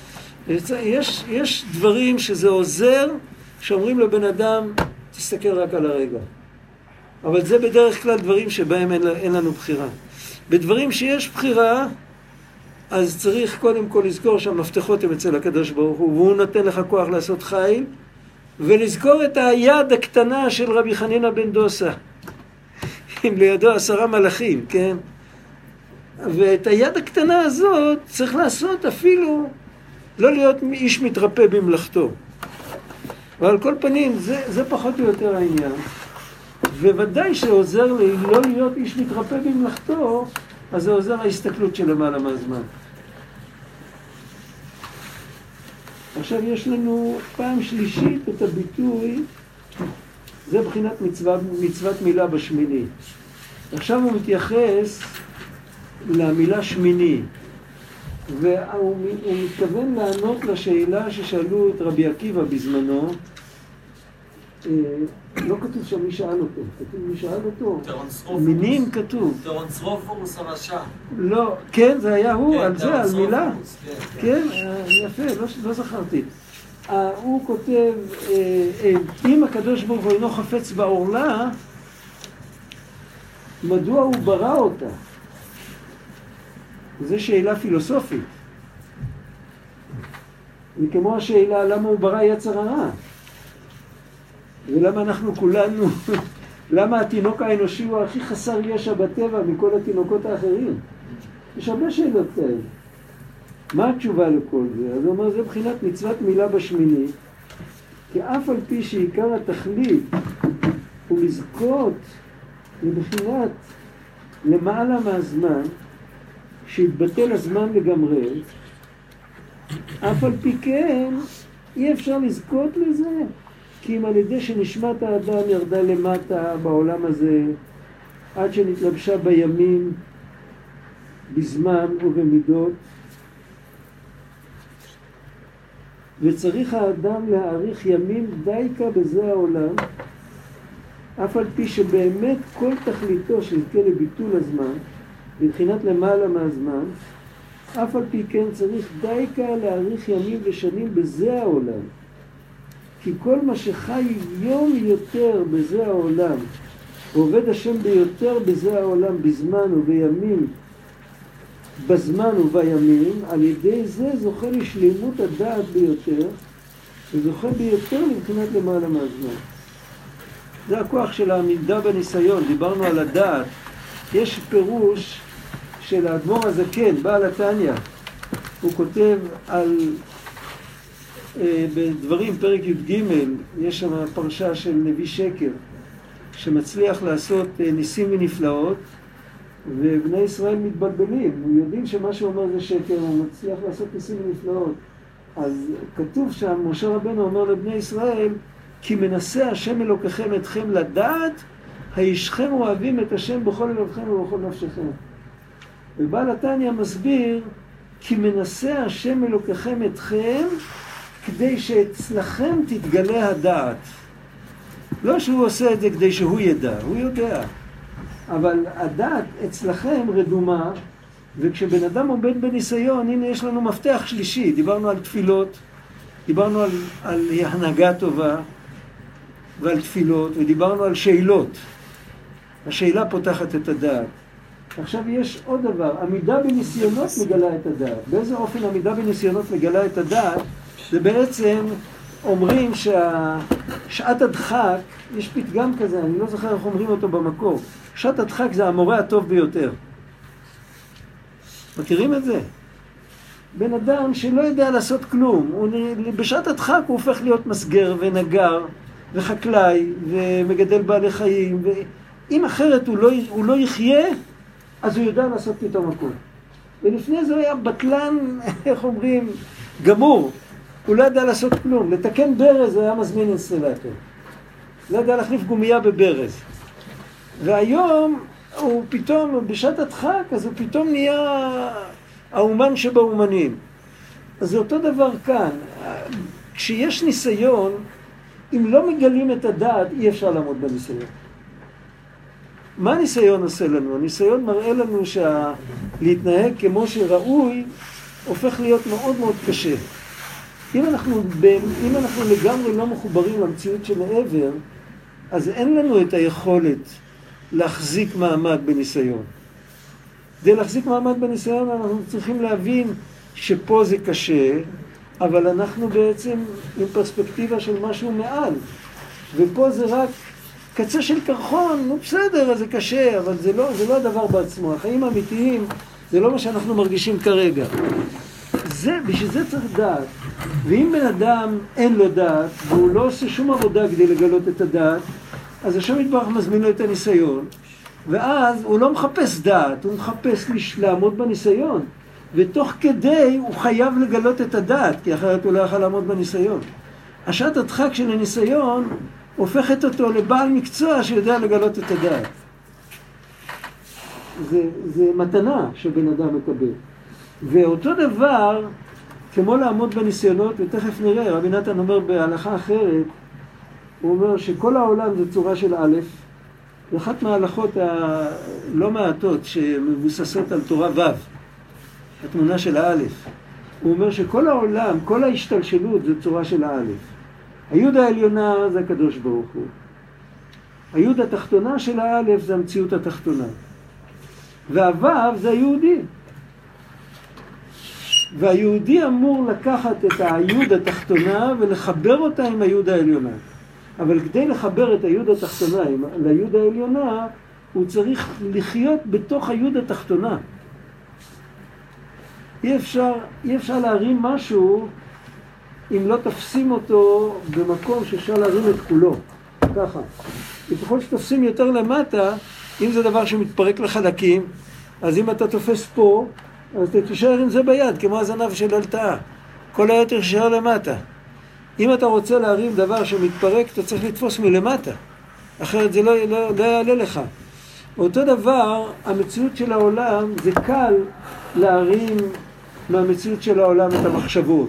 יש דברים שזה עוזר, שאומרים לבן אדם, תסתכל רק על הרגע. אבל זה בדרך כלל דברים שבהם אין לנו בחירה. בדברים שיש בחירה, אז צריך קודם כל לזכור שהמפתחות הם אצל הקדוש ברוך הוא, והוא נותן לך כוח לעשות חיל, ולזכור את היד הקטנה של רבי חנינא בן דוסה, עם לידו 10 מלאכים, כן? ואת היד הקטנה הזאת צריך לעשות אפילו לא להיות איש מתרפא במלאכתו. אבל על כל פנים, זה פחות או יותר העניין. וודאי שעוזר לי לא להיות איש מתרפא במלאכתו, אז זה עוזר ההסתכלות של למעלה מהזמן. עכשיו יש לנו פעם שלישית את הביטוי, זה בחינת מצוות מילה בשמיני. עכשיו הוא מתייחס למילה שמיני, והוא מתכוון לענות לשאלה ששאלו את רבי עקיבא בזמנו. לא כתוב שם מי שאל אותו, כתוב מי שאל אותו. מינים כתוב. טרנסרופוס הרשע. לא, כן, זה היה הוא, על זה, על מילה. כן, יפה, לא זכרתי. הוא כותב, אם הקדוש ברוך הוא אינו חפץ בעורלה, מדוע הוא ברא אותה? זו שאלה פילוסופית. וכמו השאלה למה הוא ברא יצר הרע. ולמה אנחנו כולנו, למה התינוק האנושי הוא הכי חסר ישע בטבע מכל התינוקות האחרים? יש הרבה שאלות כאלה. מה התשובה לכל זה? אז הוא אומר, זה בחינת מצוות מילה בשמיני, כי אף על פי שעיקר התכלית הוא לזכות לבחינת למעלה מהזמן, שהתבטל הזמן לגמרי, אף על פי כן אי אפשר לזכות לזה, כי אם על ידי שנשמת האדם ירדה למטה בעולם הזה, עד שנתלבשה בימים, בזמן ובמידות, וצריך האדם להאריך ימים דייקה בזה העולם, אף על פי שבאמת כל תכליתו שיזכה לביטול הזמן, מבחינת למעלה מהזמן, אף על פי כן צריך דייקה להאריך ימים ושנים בזה העולם. כי כל מה שחי יום יותר בזה העולם, ועובד השם ביותר בזה העולם, בזמן ובימים, בזמן ובימים, על ידי זה זוכה לשלימות הדעת ביותר, וזוכה ביותר מבחינת למעלה מהזמן. זה הכוח של העמידה בניסיון, דיברנו על הדעת. יש פירוש של האדמו"ר הזקן, בעל התניא, הוא כותב על, בדברים פרק י"ג, יש שם פרשה של נביא שקר, שמצליח לעשות ניסים ונפלאות, ובני ישראל מתבלבלים, הם יודעים שמה שהוא אומר זה שקר, הוא מצליח לעשות ניסים ונפלאות. אז כתוב שם, משה רבנו אומר לבני ישראל, כי מנסה השם אלוקיכם אתכם לדעת, הישכם אוהבים את השם בכל לבבכם ובכל נפשכם. ובעל התניא מסביר, כי מנסה השם אלוקיכם אתכם, כדי שאצלכם תתגלה הדעת. לא שהוא עושה את זה כדי שהוא ידע, הוא יודע. אבל הדעת אצלכם רדומה, וכשבן אדם עומד בניסיון, הנה יש לנו מפתח שלישי. דיברנו על תפילות, דיברנו על הנהגה טובה, ועל תפילות, ודיברנו על שאלות. השאלה פותחת את הדעת. עכשיו יש עוד דבר, עמידה בניסיונות מגלה את הדעת. באיזה אופן עמידה בניסיונות מגלה את הדעת? זה בעצם אומרים ששעת הדחק, יש פתגם כזה, אני לא זוכר איך אומרים אותו במקור. שעת הדחק זה המורה הטוב ביותר. מכירים את זה? בן אדם שלא יודע לעשות כלום, בשעת הדחק הוא הופך להיות מסגר ונגר וחקלאי ומגדל בעלי חיים, ואם אחרת הוא לא יחיה, אז הוא יודע לעשות פתאום הכל. ולפני זה היה בטלן, איך אומרים, גמור. הוא לא ידע לעשות כלום. לתקן ברז היה מזמין אינסטלטור. לא ידע להחליף גומייה בברז. והיום הוא פתאום, בשעת הדחק, אז הוא פתאום נהיה האומן שבאומנים. אז זה אותו דבר כאן. כשיש ניסיון, אם לא מגלים את הדעת, אי אפשר לעמוד בניסיון. מה הניסיון עושה לנו? הניסיון מראה לנו להתנהג כמו שראוי, הופך להיות מאוד מאוד קשה. אם אנחנו לגמרי לא מחוברים למציאות שמעבר, אז אין לנו את היכולת להחזיק מעמד בניסיון. כדי להחזיק מעמד בניסיון אנחנו צריכים להבין שפה זה קשה, אבל אנחנו בעצם עם פרספקטיבה של משהו מעל. ופה זה רק קצה של קרחון, נו בסדר, אז זה קשה, אבל זה לא הדבר בעצמו. החיים האמיתיים זה לא מה שאנחנו מרגישים כרגע. בשביל זה צריך דעת. ואם בן אדם אין לו דעת, והוא לא עושה שום עבודה כדי לגלות את הדעת, אז השם יתברך מזמין לו את הניסיון, ואז הוא לא מחפש דעת, הוא מחפש לעמוד בניסיון. ותוך כדי הוא חייב לגלות את הדעת, כי אחרת הוא לא יכול לעמוד בניסיון. השעת הדחק של הניסיון הופכת אותו לבעל מקצוע שיודע לגלות את הדעת. זה מתנה שבן אדם מקבל. ואותו דבר, כמו לעמוד בניסיונות, ותכף נראה, רבי נתן אומר בהלכה אחרת, הוא אומר שכל העולם זה צורה של א', ואחת מההלכות הלא מעטות שמבוססות על תורה ו', התמונה של האלף. הוא אומר שכל העולם, כל ההשתלשלות זה צורה של האלף. היוד העליונה זה הקדוש ברוך הוא. היוד התחתונה של האלף זה המציאות התחתונה. והוו זה היהודי. והיהודי אמור לקחת את היוד התחתונה ולחבר אותה עם היוד העליונה. אבל כדי לחבר את היוד התחתונה ליוד העליונה, הוא צריך לחיות בתוך היוד התחתונה. אי אפשר להרים משהו אם לא תפסים אותו במקום שאפשר להרים את כולו. ככה. וככל שתפסים יותר למטה, אם זה דבר שמתפרק לחלקים, אז אם אתה תופס פה, אז אתה תשאר עם זה ביד, כמו הזנב של אלתאה. כל היתר תשאר למטה. אם אתה רוצה להרים דבר שמתפרק, אתה צריך לתפוס מלמטה. אחרת זה לא יעלה לך. אותו דבר, המציאות של העולם, זה קל להרים מהמציאות של העולם את המחשבות.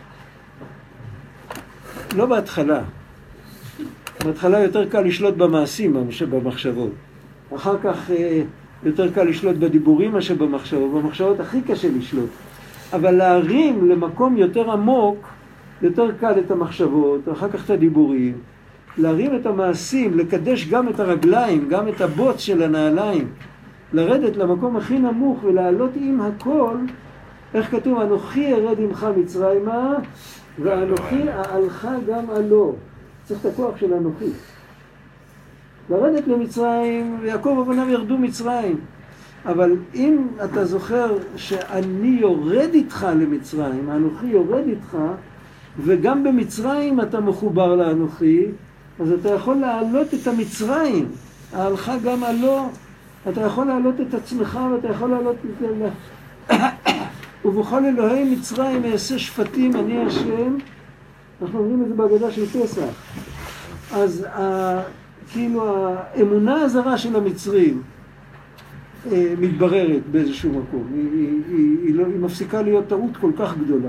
לא בהתחלה. בהתחלה יותר קל לשלוט במעשים מאשר במחשבות. אחר כך יותר קל לשלוט בדיבורים מאשר במחשבות. במחשבות הכי קשה לשלוט. אבל להרים למקום יותר עמוק, יותר קל את המחשבות, אחר כך את הדיבורים. להרים את המעשים, לקדש גם את הרגליים, גם את הבוץ של הנעליים. לרדת למקום הכי נמוך ולעלות עם הכל, איך כתוב? אנוכי ארד עמך מצרימה, ואנוכי אעלך גם עלו. צריך את הכוח של אנוכי. לרדת למצרים, ויעקב ובניו ירדו מצרים. אבל אם אתה זוכר שאני יורד איתך למצרים, אנוכי יורד איתך, וגם במצרים אתה מחובר לאנוכי, אז אתה יכול להעלות את המצרים. אעלך גם עלו. אתה יכול להעלות את עצמך, ואתה יכול להעלות את זה. ובכל אלוהי מצרים אעשה שפטים, אני השם. אנחנו אומרים את זה בהגדה של פסח. אז כאילו האמונה הזרה של המצרים מתבררת באיזשהו מקום. היא מפסיקה להיות טעות כל כך גדולה.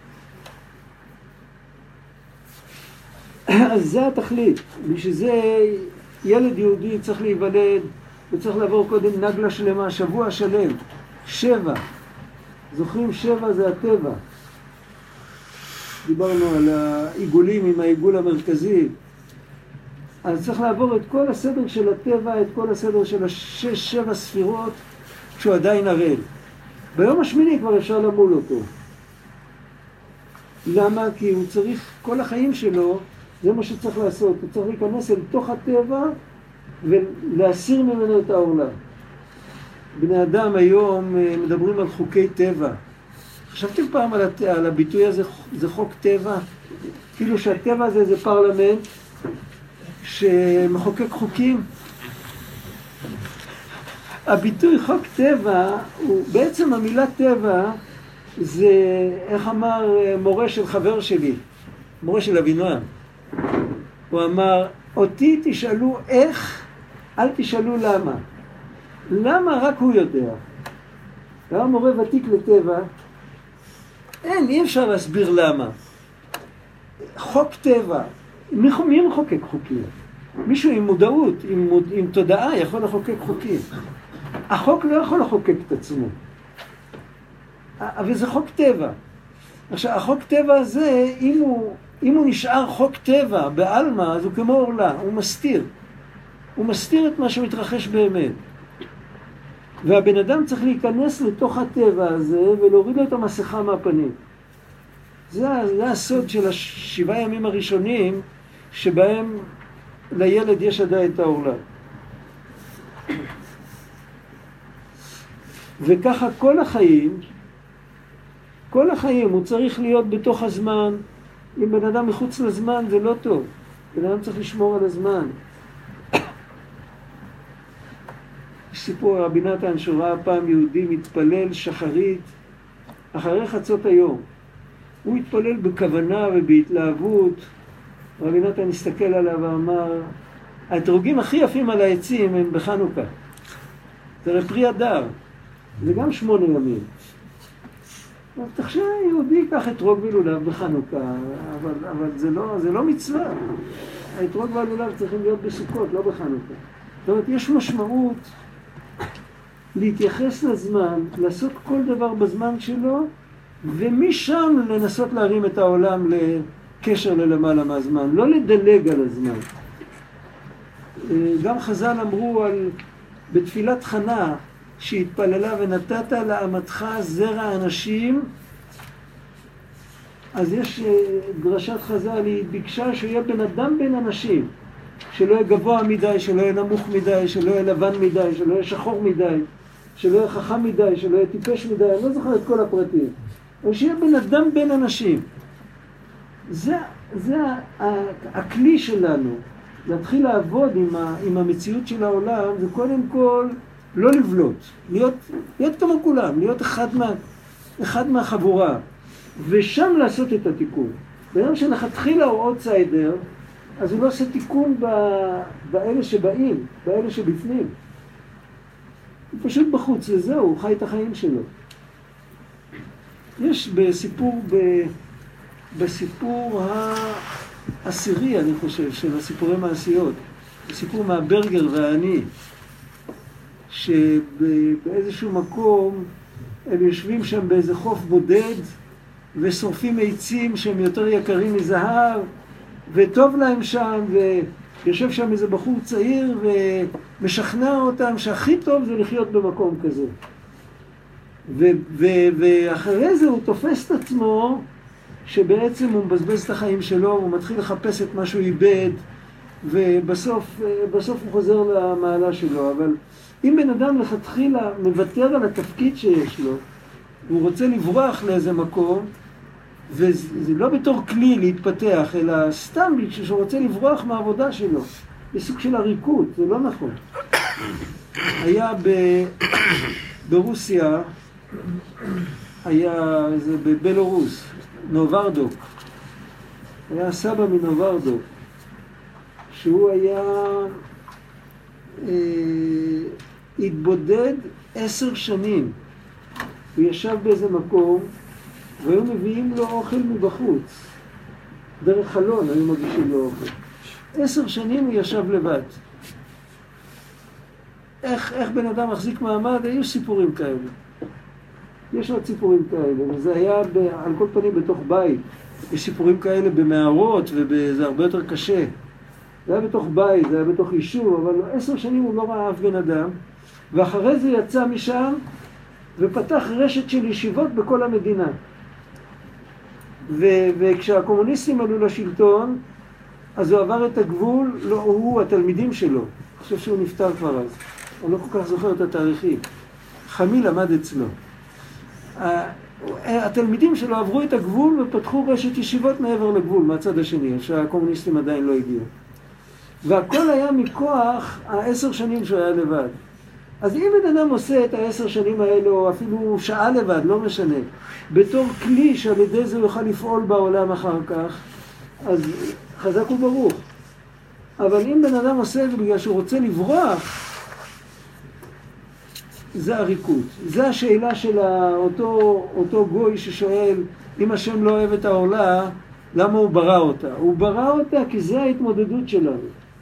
אז זה התכלית. בשביל זה ילד יהודי צריך להיוולד, וצריך לעבור קודם נגלה שלמה, שבוע שלם. 7. זוכרים 7 זה הטבע. דיברנו על העיגולים עם העיגול המרכזי. אז צריך לעבור את כל הסדר של הטבע, את כל הסדר של 6-7 ספירות, כשהוא עדיין ערל. ביום השמיני כבר אפשר למול אותו. למה? כי הוא צריך, כל החיים שלו, זה מה שצריך לעשות. הוא צריך להיכנס אל תוך הטבע ולהסיר ממנו את העורלה. בני אדם היום מדברים על חוקי טבע. חשבתם פעם על הביטוי הזה, זה חוק טבע? כאילו שהטבע הזה זה פרלמנט שמחוקק חוקים. הביטוי חוק טבע, בעצם המילה טבע, זה, איך אמר מורה של חבר שלי, מורה של אבינועם. הוא אמר, אותי תשאלו איך, אל תשאלו למה. למה רק הוא יודע? היה מורה ותיק לטבע, אי אפשר להסביר למה. חוק טבע, מי מחוקק חוקים? מישהו עם מודעות, עם תודעה יכול לחוקק חוקים. החוק לא יכול לחוקק את עצמו. אבל זה חוק טבע. עכשיו, החוק טבע הזה, אם הוא נשאר חוק טבע בעלמא, אז הוא כמו אורלה, הוא מסתיר. הוא מסתיר את מה שמתרחש באמת. והבן אדם צריך להיכנס לתוך הטבע הזה ולהוריד לו את המסכה מהפנים. זה הסוד של 7 ימים הראשונים, שבהם לילד יש עדיין את העורלה. וככה כל החיים הוא צריך להיות בתוך הזמן. אם בן אדם מחוץ לזמן זה לא טוב. בן אדם צריך לשמור על הזמן. יש סיפור רבי נתן שראה פעם יהודי מתפלל שחרית אחרי חצות היום. הוא התפלל בכוונה ובהתלהבות. רבי נתן הסתכל עליו ואמר, האתרוגים הכי יפים על העצים הם בחנוכה. זה פרי הדר. זה גם 8 ימים. אז תחשב, יהודי ייקח אתרוג ולולב בחנוכה, אבל זה לא מצווה. האתרוג והלולב צריכים להיות בסוכות, לא בחנוכה. זאת אומרת, יש משמעות להתייחס לזמן, לעשות כל דבר בזמן שלו, ומשם לנסות להרים את העולם לקשר ללמעלה מהזמן, לא לדלג על הזמן. גם חז"ל אמרו בתפילת חנה, שהתפללה ונתת לאמתך זרע אנשים, אז יש דרשת חז"ל, היא ביקשה שיהיה בן אדם בין אנשים, שלא יהיה גבוה מדי, שלא יהיה נמוך מדי, שלא יהיה לבן מדי, שלא יהיה שחור מדי, שלא יהיה חכם מדי, שלא יהיה טיפש מדי, אני לא זוכר את כל הפרטים, אבל שיהיה בן אדם בין אנשים. זה הכלי שלנו, להתחיל לעבוד עם המציאות של העולם, וקודם כל לא לבלוט, להיות כמו כולם, להיות אחד מהחבורה, ושם לעשות את התיקון. ביום שלכתחילה הוא אאוטסיידר, אז הוא לא עושה תיקון באלה שבאים, באלה שבפנים. הוא פשוט בחוץ, וזהו, הוא חי את החיים שלו. יש בסיפור העשירי, אני חושב, של הסיפורי מעשיות, הסיפור מהברגר והעני, שבאיזשהו מקום הם יושבים שם באיזה חוף בודד ושורפים עצים שהם יותר יקרים מזהב וטוב להם שם, ויושב שם איזה בחור צעיר ומשכנע אותם שהכי טוב זה לחיות במקום כזה. ואחרי זה הוא תופס את עצמו שבעצם הוא מבזבז את החיים שלו, הוא מתחיל לחפש את מה שהוא איבד, ובסוף הוא חוזר למעלה שלו. אבל אם בן אדם לכתחילה מוותר על התפקיד שיש לו, הוא רוצה לברוח לאיזה מקום, וזה לא בתור כלי להתפתח, אלא סתם שהוא רוצה לברוח מהעבודה שלו, בסוג של עריקות, זה לא נכון. היה ברוסיה, היה בבלרוס, נוברדוק, היה סבא מנוברדוק, שהוא היה התבודד 10 שנים. הוא ישב באיזה מקום, והיו מביאים לו אוכל מבחוץ. דרך חלון היו מגישים לו אוכל. 10 שנים הוא ישב לבד. איך בן אדם מחזיק מעמד? היו סיפורים כאלה. יש עוד סיפורים כאלה, וזה היה על כל פנים בתוך בית. יש סיפורים כאלה במערות, וזה הרבה יותר קשה. זה היה בתוך בית, זה היה בתוך יישוב, אבל 10 שנים הוא לא ראה אף בן אדם, ואחרי זה יצא משם ופתח רשת של ישיבות בכל המדינה. וכשהקומוניסטים עלו לשלטון, אז הוא עבר את הגבול, לא הוא, התלמידים שלו. אני חושב שהוא נפטר כבר אז. אני לא כל כך זוכר את התאריכים. חמי למד אצלו. התלמידים שלו עברו את הגבול ופתחו רשת ישיבות מעבר לגבול, מהצד השני, שהקומוניסטים עדיין לא הגיעו. והכל היה מכוח 10 שנים שהוא היה לבד. אז אם בן אדם עושה את 10 שנים האלה, או אפילו שעה לבד, לא משנה, בתור כלי שעל ידי זה הוא יוכל לפעול בעולם אחר כך, אז חזק וברוך. אבל אם בן אדם עושה את זה בגלל שהוא רוצה לברוח, זה עריקות. זה השאלה של אותו גוי ששואל, אם השם לא אוהב את העולה, למה הוא ברא אותה? הוא ברא אותה כי זה ההתמודדות שלנו.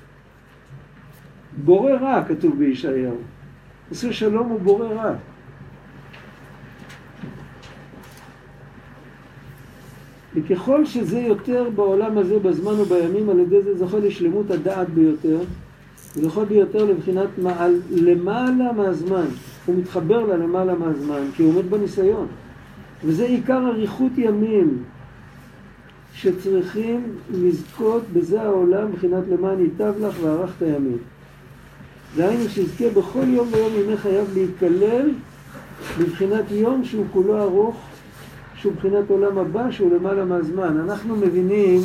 בורא רע, כתוב בישעיהו. עושה שלום הוא בורא רע. וככל שזה יותר בעולם הזה, בזמן ובימים, על ידי זה זוכה לשלמות הדעת ביותר, זוכה ביותר לבחינת למעלה מהזמן. הוא מתחבר למעלה מהזמן, כי הוא עומד בניסיון. וזה עיקר אריכות ימים. שצריכים לזכות בזה העולם מבחינת למען ייטב לך וארכת ימים. דהיינו שיזכה בכל יום ויום ימי חייו להיכלל מבחינת יום שהוא כולו ארוך, שהוא מבחינת עולם הבא, שהוא למעלה מהזמן. אנחנו מבינים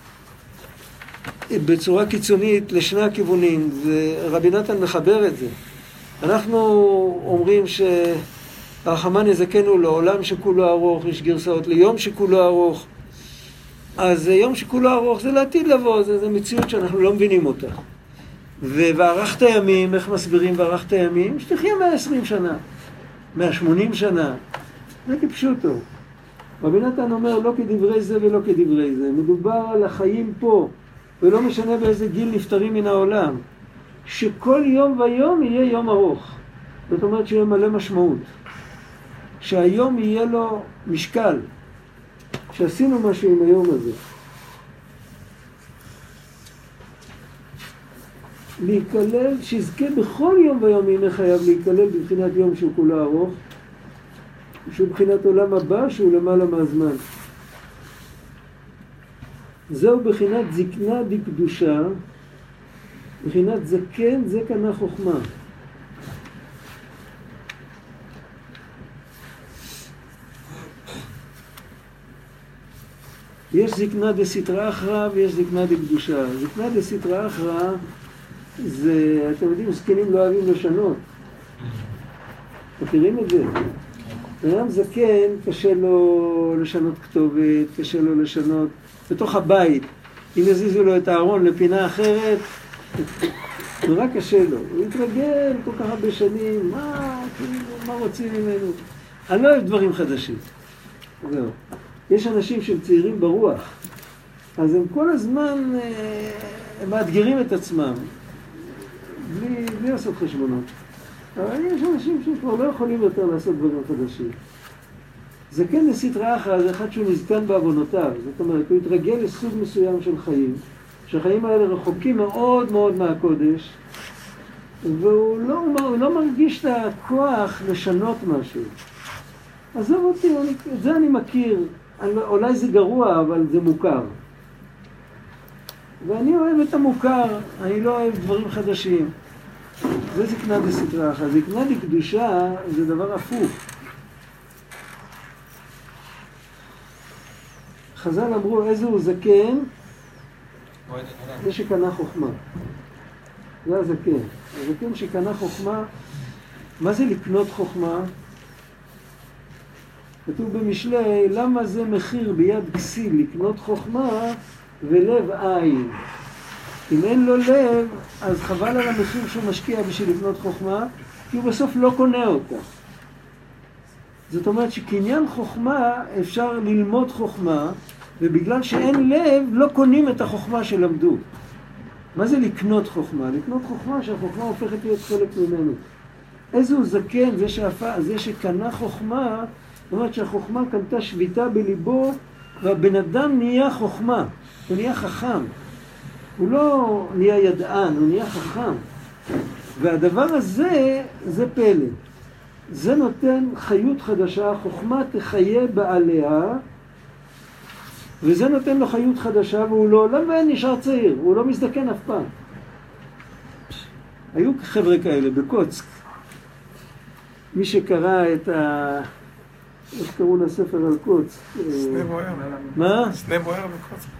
בצורה קיצונית לשני הכיוונים, ורבי נתן מחבר את זה. אנחנו אומרים שהרחמן יזכנו לעולם שכולו ארוך, יש גרסאות ליום שכולו ארוך. אז יום שכולו ארוך זה לעתיד לבוא, זה מציאות שאנחנו לא מבינים אותה. וערכת ימים, איך מסבירים וערכת ימים? שתחיה 120 שנה, 180 שנה, זה כפשוטו. רבי נתן אומר לא כדברי זה ולא כדברי זה, מדובר על החיים פה, ולא משנה באיזה גיל נפטרים מן העולם, שכל יום ויום יהיה יום ארוך. זאת אומרת שיהיה מלא משמעות, שהיום יהיה לו משקל, שעשינו משהו עם היום הזה. להיכלל, שיזכה בכל יום ויום ימי חייו להיכלל בבחינת יום שהוא כולו ארוך, שהוא בחינת עולם הבא, שהוא למעלה מהזמן. זהו בחינת זקנה דקדושה, בחינת זקן זה קנה חוכמה. יש זקנה דסתרא אחרא ויש זקנה דקדושה. זקנה דסתרא אחרא זה, אתם יודעים, זקנים לא אוהבים לשנות. מכירים את זה? אדם זקן, קשה לו לשנות כתובת, קשה לו לשנות בתוך הבית. אם יזיזו לו את הארון לפינה אחרת, נורא קשה לו. הוא יתרגל כל כך הרבה שנים, מה רוצים ממנו? אני לא אוהב דברים חדשים. זהו. יש אנשים שהם צעירים ברוח, אז הם כל הזמן הם מאתגרים את עצמם, בלי לעשות חשבונות. אבל יש אנשים שכבר לא יכולים יותר לעשות דברים חדשים. זה כן לסתרא אחרא, זה אחד שהוא נזקן בעוונותיו. זאת אומרת, הוא התרגל לסוג מסוים של חיים, שהחיים האלה רחוקים מאוד מאוד מהקודש, והוא לא מרגיש את הכוח לשנות משהו. עזוב אותי, את זה אני מכיר. אולי זה גרוע, אבל זה מוכר. ואני אוהב את המוכר, אני לא אוהב דברים חדשים. זה זקנה דסתרא אחרא. זקנה דקדושה זה דבר הפוך. חז"ל אמרו, איזה הוא זקן? זה שקנה חוכמה. זה הזקן. הזקן שקנה חוכמה, מה זה לקנות חוכמה? כתוב במשלי, למה זה מחיר ביד כסיל לקנות חוכמה ולב עין? אם אין לו לב, אז חבל על המחיר שהוא משקיע בשביל לקנות חוכמה, כי הוא בסוף לא קונה אותה. זאת אומרת שקניין חוכמה אפשר ללמוד חוכמה, ובגלל שאין לב לא קונים את החוכמה שלמדו. מה זה לקנות חוכמה? לקנות חוכמה שהחוכמה הופכת להיות חלק ממנו. איזהו זקן, זה שקנה חוכמה, זאת אומרת שהחוכמה קנתה שביטה בליבו, והבן אדם נהיה חוכמה, הוא נהיה חכם. הוא לא נהיה ידען, הוא נהיה חכם. והדבר הזה, זה פלא. זה נותן חיות חדשה, חוכמה תחיה בעליה, וזה נותן לו חיות חדשה, והוא לא נשאר צעיר, הוא לא מזדקן אף פעם. היו חבר'ה כאלה בקוצק. מי שקרא את איך קראו לספר על קוצק? סנה בוער. מה? סנה בוער בקוצק.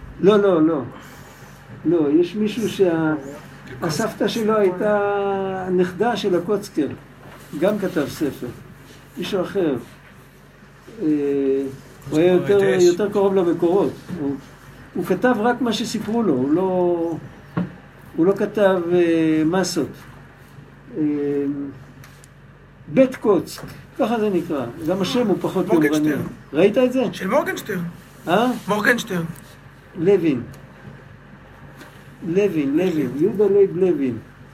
לא, יש מישהו שהסבתא שלו הייתה נכדה של הקוצקר. גם כתב ספר. מישהו אחר. הוא היה יותר קרוב למקורות. הוא כתב רק מה שסיפרו לו, הוא לא כתב מסות. בית קוצק, ככה זה נקרא. גם השם הוא פחות יומרני. ראית את זה? של מורגנשטרן. מורגנשטרן. לוין, יהודה לייב לוין.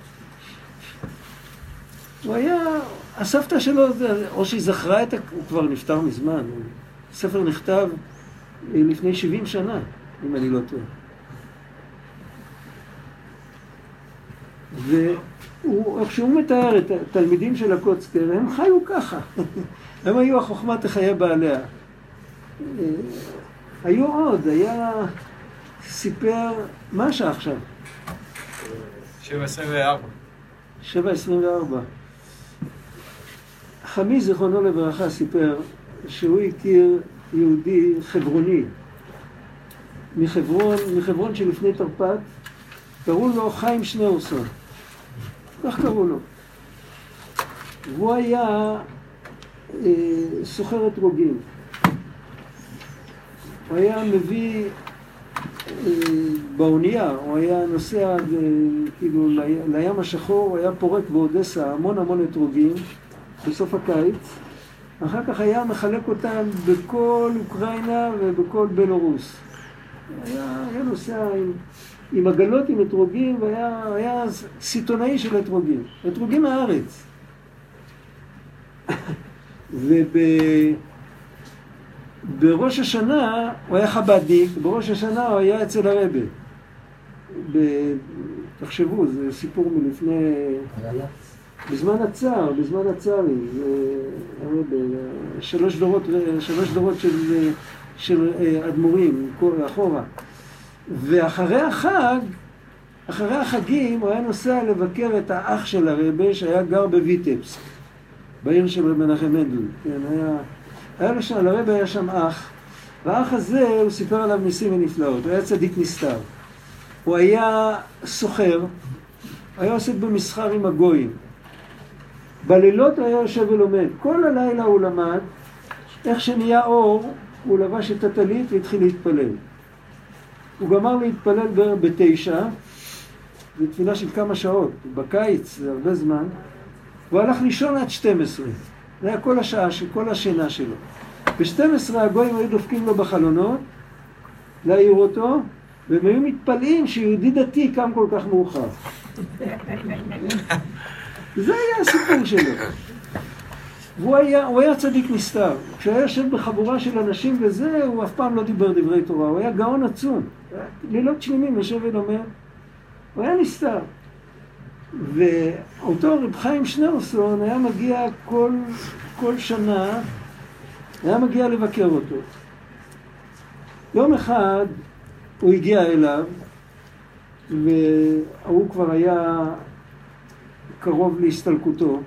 הוא היה, הסבתא שלו, או שהיא זכרה הוא כבר נפטר מזמן. הספר נכתב לפני 70 שנה, אם אני לא טועה. וכשהוא מתאר את התלמידים של הקוצקר, הם חיו ככה. הם היו החוכמה תחיה בעליה. היו עוד, היה סיפר, מה השעה עכשיו? 7:24. 7:24. חמי זיכרונו לברכה סיפר שהוא הכיר יהודי חברוני מחברון שלפני תרפ"ט, קראו לו חיים שניאורסון, כך קראו לו. והוא היה סוחר אתרוגים. הוא היה מביא באונייה, הוא היה נוסע כאילו לים השחור, הוא היה פורק באודסה המון אתרוגים בסוף הקיץ. אחר כך היה מחלק אותם בכל אוקראינה ובכל בלרוס. היה נוסע עם עגלות, עם אתרוגים, והיה סיטונאי של אתרוגים. אתרוגים מהארץ. בראש השנה הוא היה חב"דניק, בראש השנה הוא היה אצל הרבי. תחשבו, זה סיפור מלפני... בזמן הצארים, שלוש דורות של אדמו"רים, אחורה. ואחרי החגים הוא היה נוסע לבקר את האח של הרבי שהיה גר בויטבסק, בעיר של רבי מנחם מנדל. כן, לרבי היה שם אח, והאח הזה הוא סיפר עליו ניסים ונפלאות, הוא היה צדיק נסתר. הוא היה סוחר, היה עוסק במסחר עם הגויים. בלילות הוא היה יושב ולומד. כל הלילה הוא למד, איך שנהיה אור, הוא לבש את הטלית והתחיל להתפלל. הוא גמר להתפלל בערך 9, זו תפילה של כמה שעות, בקיץ, זה הרבה זמן. הוא הלך לישון עד 12, זה היה כל השעה, כל השינה שלו. ב-12 הגויים היו דופקים לו בחלונות, להעיר אותו, והם היו מתפלאים שיהודי דתי קם כל כך מאוחר. זה היה הסיפור שלו. והוא היה צדיק נסתר. כשהיה יושב בחבורה של אנשים וזה, הוא אף פעם לא דיבר דברי תורה. הוא היה גאון עצום. לילות שלמים יושב ולומד. הוא היה נסתר. ואותו רב חיים שניאורסון היה מגיע כל שנה, היה מגיע לבקר אותו. יום אחד הוא הגיע אליו, והוא כבר היה קרוב להסתלקותו.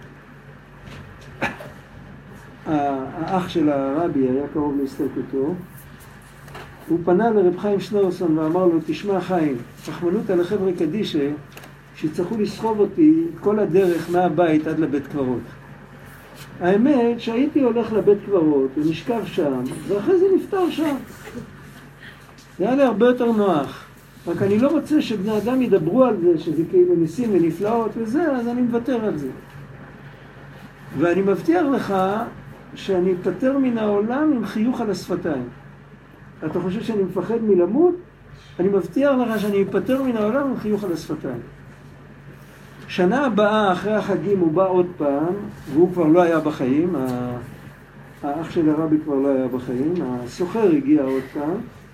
האח של הרבי היה קרוב להסתלקותו. הוא פנה לרב חיים שניאורסון ואמר לו, תשמע חיים, רחמנות על החבר'ה קדישה, שצריכו לסחוב אותי כל הדרך מהבית עד לבית קברות. האמת שהייתי הולך לבית קברות ונשכב שם, ואחרי זה נפטר שם. זה היה לי הרבה יותר נוח. רק אני לא רוצה שבני אדם ידברו על זה, שזה כאילו ניסים ונפלאות וזה, אז אני מוותר על זה. ואני מבטיח לך שאני אפטר מן העולם עם חיוך על השפתיים. אתה חושב שאני מפחד מלמות? אני מבטיח לך שאני אפטר מן העולם עם חיוך על השפתיים. שנה הבאה, אחרי החגים, הוא בא עוד פעם, והוא כבר לא היה בחיים, האח של הרבי כבר לא היה בחיים, הסוחר הגיע עוד פעם,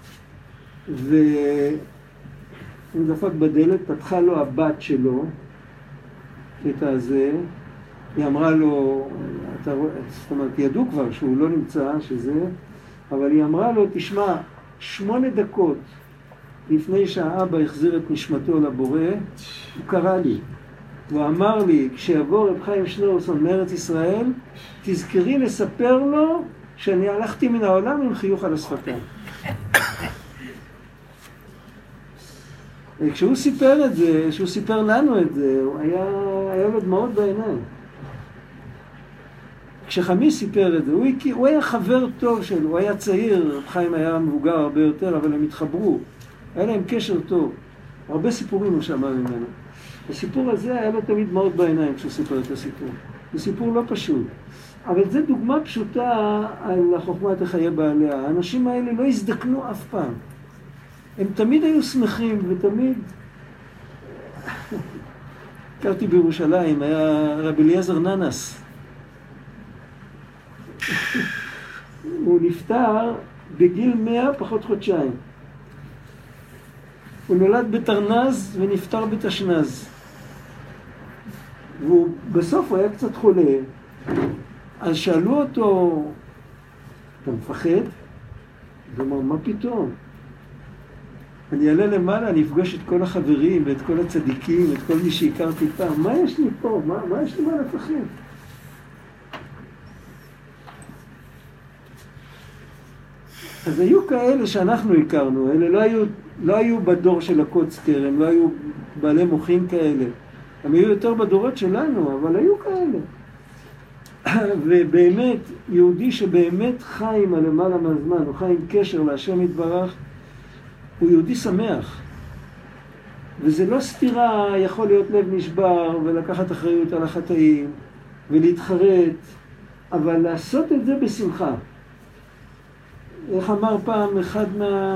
והוא דפק בדלת, פתחה לו הבת שלו, את הזה, היא אמרה לו, זאת אומרת, ידעו כבר שהוא לא נמצא, שזה, אבל היא אמרה לו, תשמע, 8 דקות לפני שהאבא החזיר את נשמתו לבורא, הוא קרא לי. הוא אמר לי, כשיבוא רב חיים שניאורסון מארץ ישראל, תזכרי לספר לו שאני הלכתי מן העולם עם חיוך על השפתיים. כשהוא סיפר את זה, כשהוא סיפר לנו את זה, היה לו דמעות בעיניים. כשחמי סיפר את זה, הוא היה חבר טוב שלו, הוא היה צעיר, רב חיים היה מבוגר הרבה יותר, אבל הם התחברו. היה להם קשר טוב. הרבה סיפורים הוא שמע ממנו. הסיפור הזה היה לו תמיד דמעות בעיניים כשהוא סיפר את הסיפור. זה סיפור לא פשוט. אבל זו דוגמה פשוטה על החוכמה תחיה בעליה. האנשים האלה לא הזדקנו אף פעם. הם תמיד היו שמחים ותמיד... הכרתי בירושלים, היה רבי אליעזר ננס. הוא נפטר בגיל 100 פחות חודשיים. הוא נולד בתרנז ונפטר בתשנז. ובסוף הוא היה קצת חולה. אז שאלו אותו, אתה מפחד? הוא אמר, מה פתאום? אני אעלה למעלה, אני אפגוש את כל החברים ואת כל הצדיקים, את כל מי שהכרתי פעם. מה יש לי פה? מה יש לי מה לפחד? אז היו כאלה שאנחנו הכרנו, אלה לא היו בדור של הקוצקר, הם לא היו בעלי מוחים כאלה. הם היו יותר בדורות שלנו, אבל היו כאלה. ובאמת, יהודי שבאמת חי עם הלמעלה מהזמן, הוא חי עם קשר להשם יתברך, הוא יהודי שמח. וזה לא סתירה, יכול להיות לב נשבר ולקחת אחריות על החטאים ולהתחרט, אבל לעשות את זה בשמחה. איך אמר פעם אחד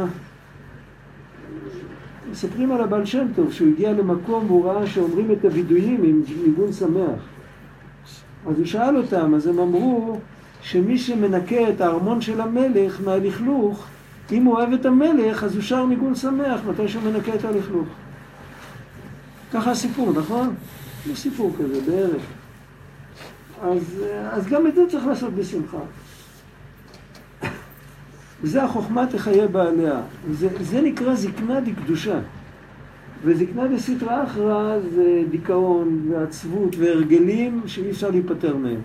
מספרים על הבעל שם טוב, שהוא הגיע למקום והוא ראה שאומרים את הוידויים עם ניגון שמח. אז הוא שאל אותם, אז הם אמרו שמי שמנקה את הארמון של המלך מהלכלוך, אם הוא אוהב את המלך, אז הוא שר ניגון שמח מתי שהוא מנקה את הלכלוך. ככה הסיפור, נכון? זה סיפור כזה, בערך. אז גם את זה צריך לעשות בשמחה. וזה החוכמה תחיה בעליה. זה נקרא זקנה דקדושה. וזקנה דסיטרא אחרא זה דיכאון ועצבות והרגלים שאי אפשר להיפטר מהם.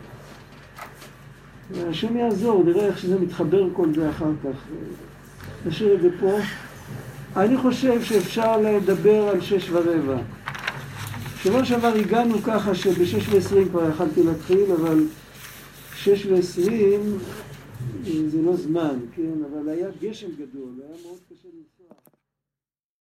והשם יעזור, נראה איך שזה מתחבר כל זה אחר כך. נשאיר את זה פה. אני חושב שאפשר לדבר על 6:15. שבוע שעבר הגענו ככה שב-6:20 כבר יכלתי להתחיל, אבל 6:20 זה לא זמן, כן? אבל היה גשם גדול, היה מאוד קשה לנסוע.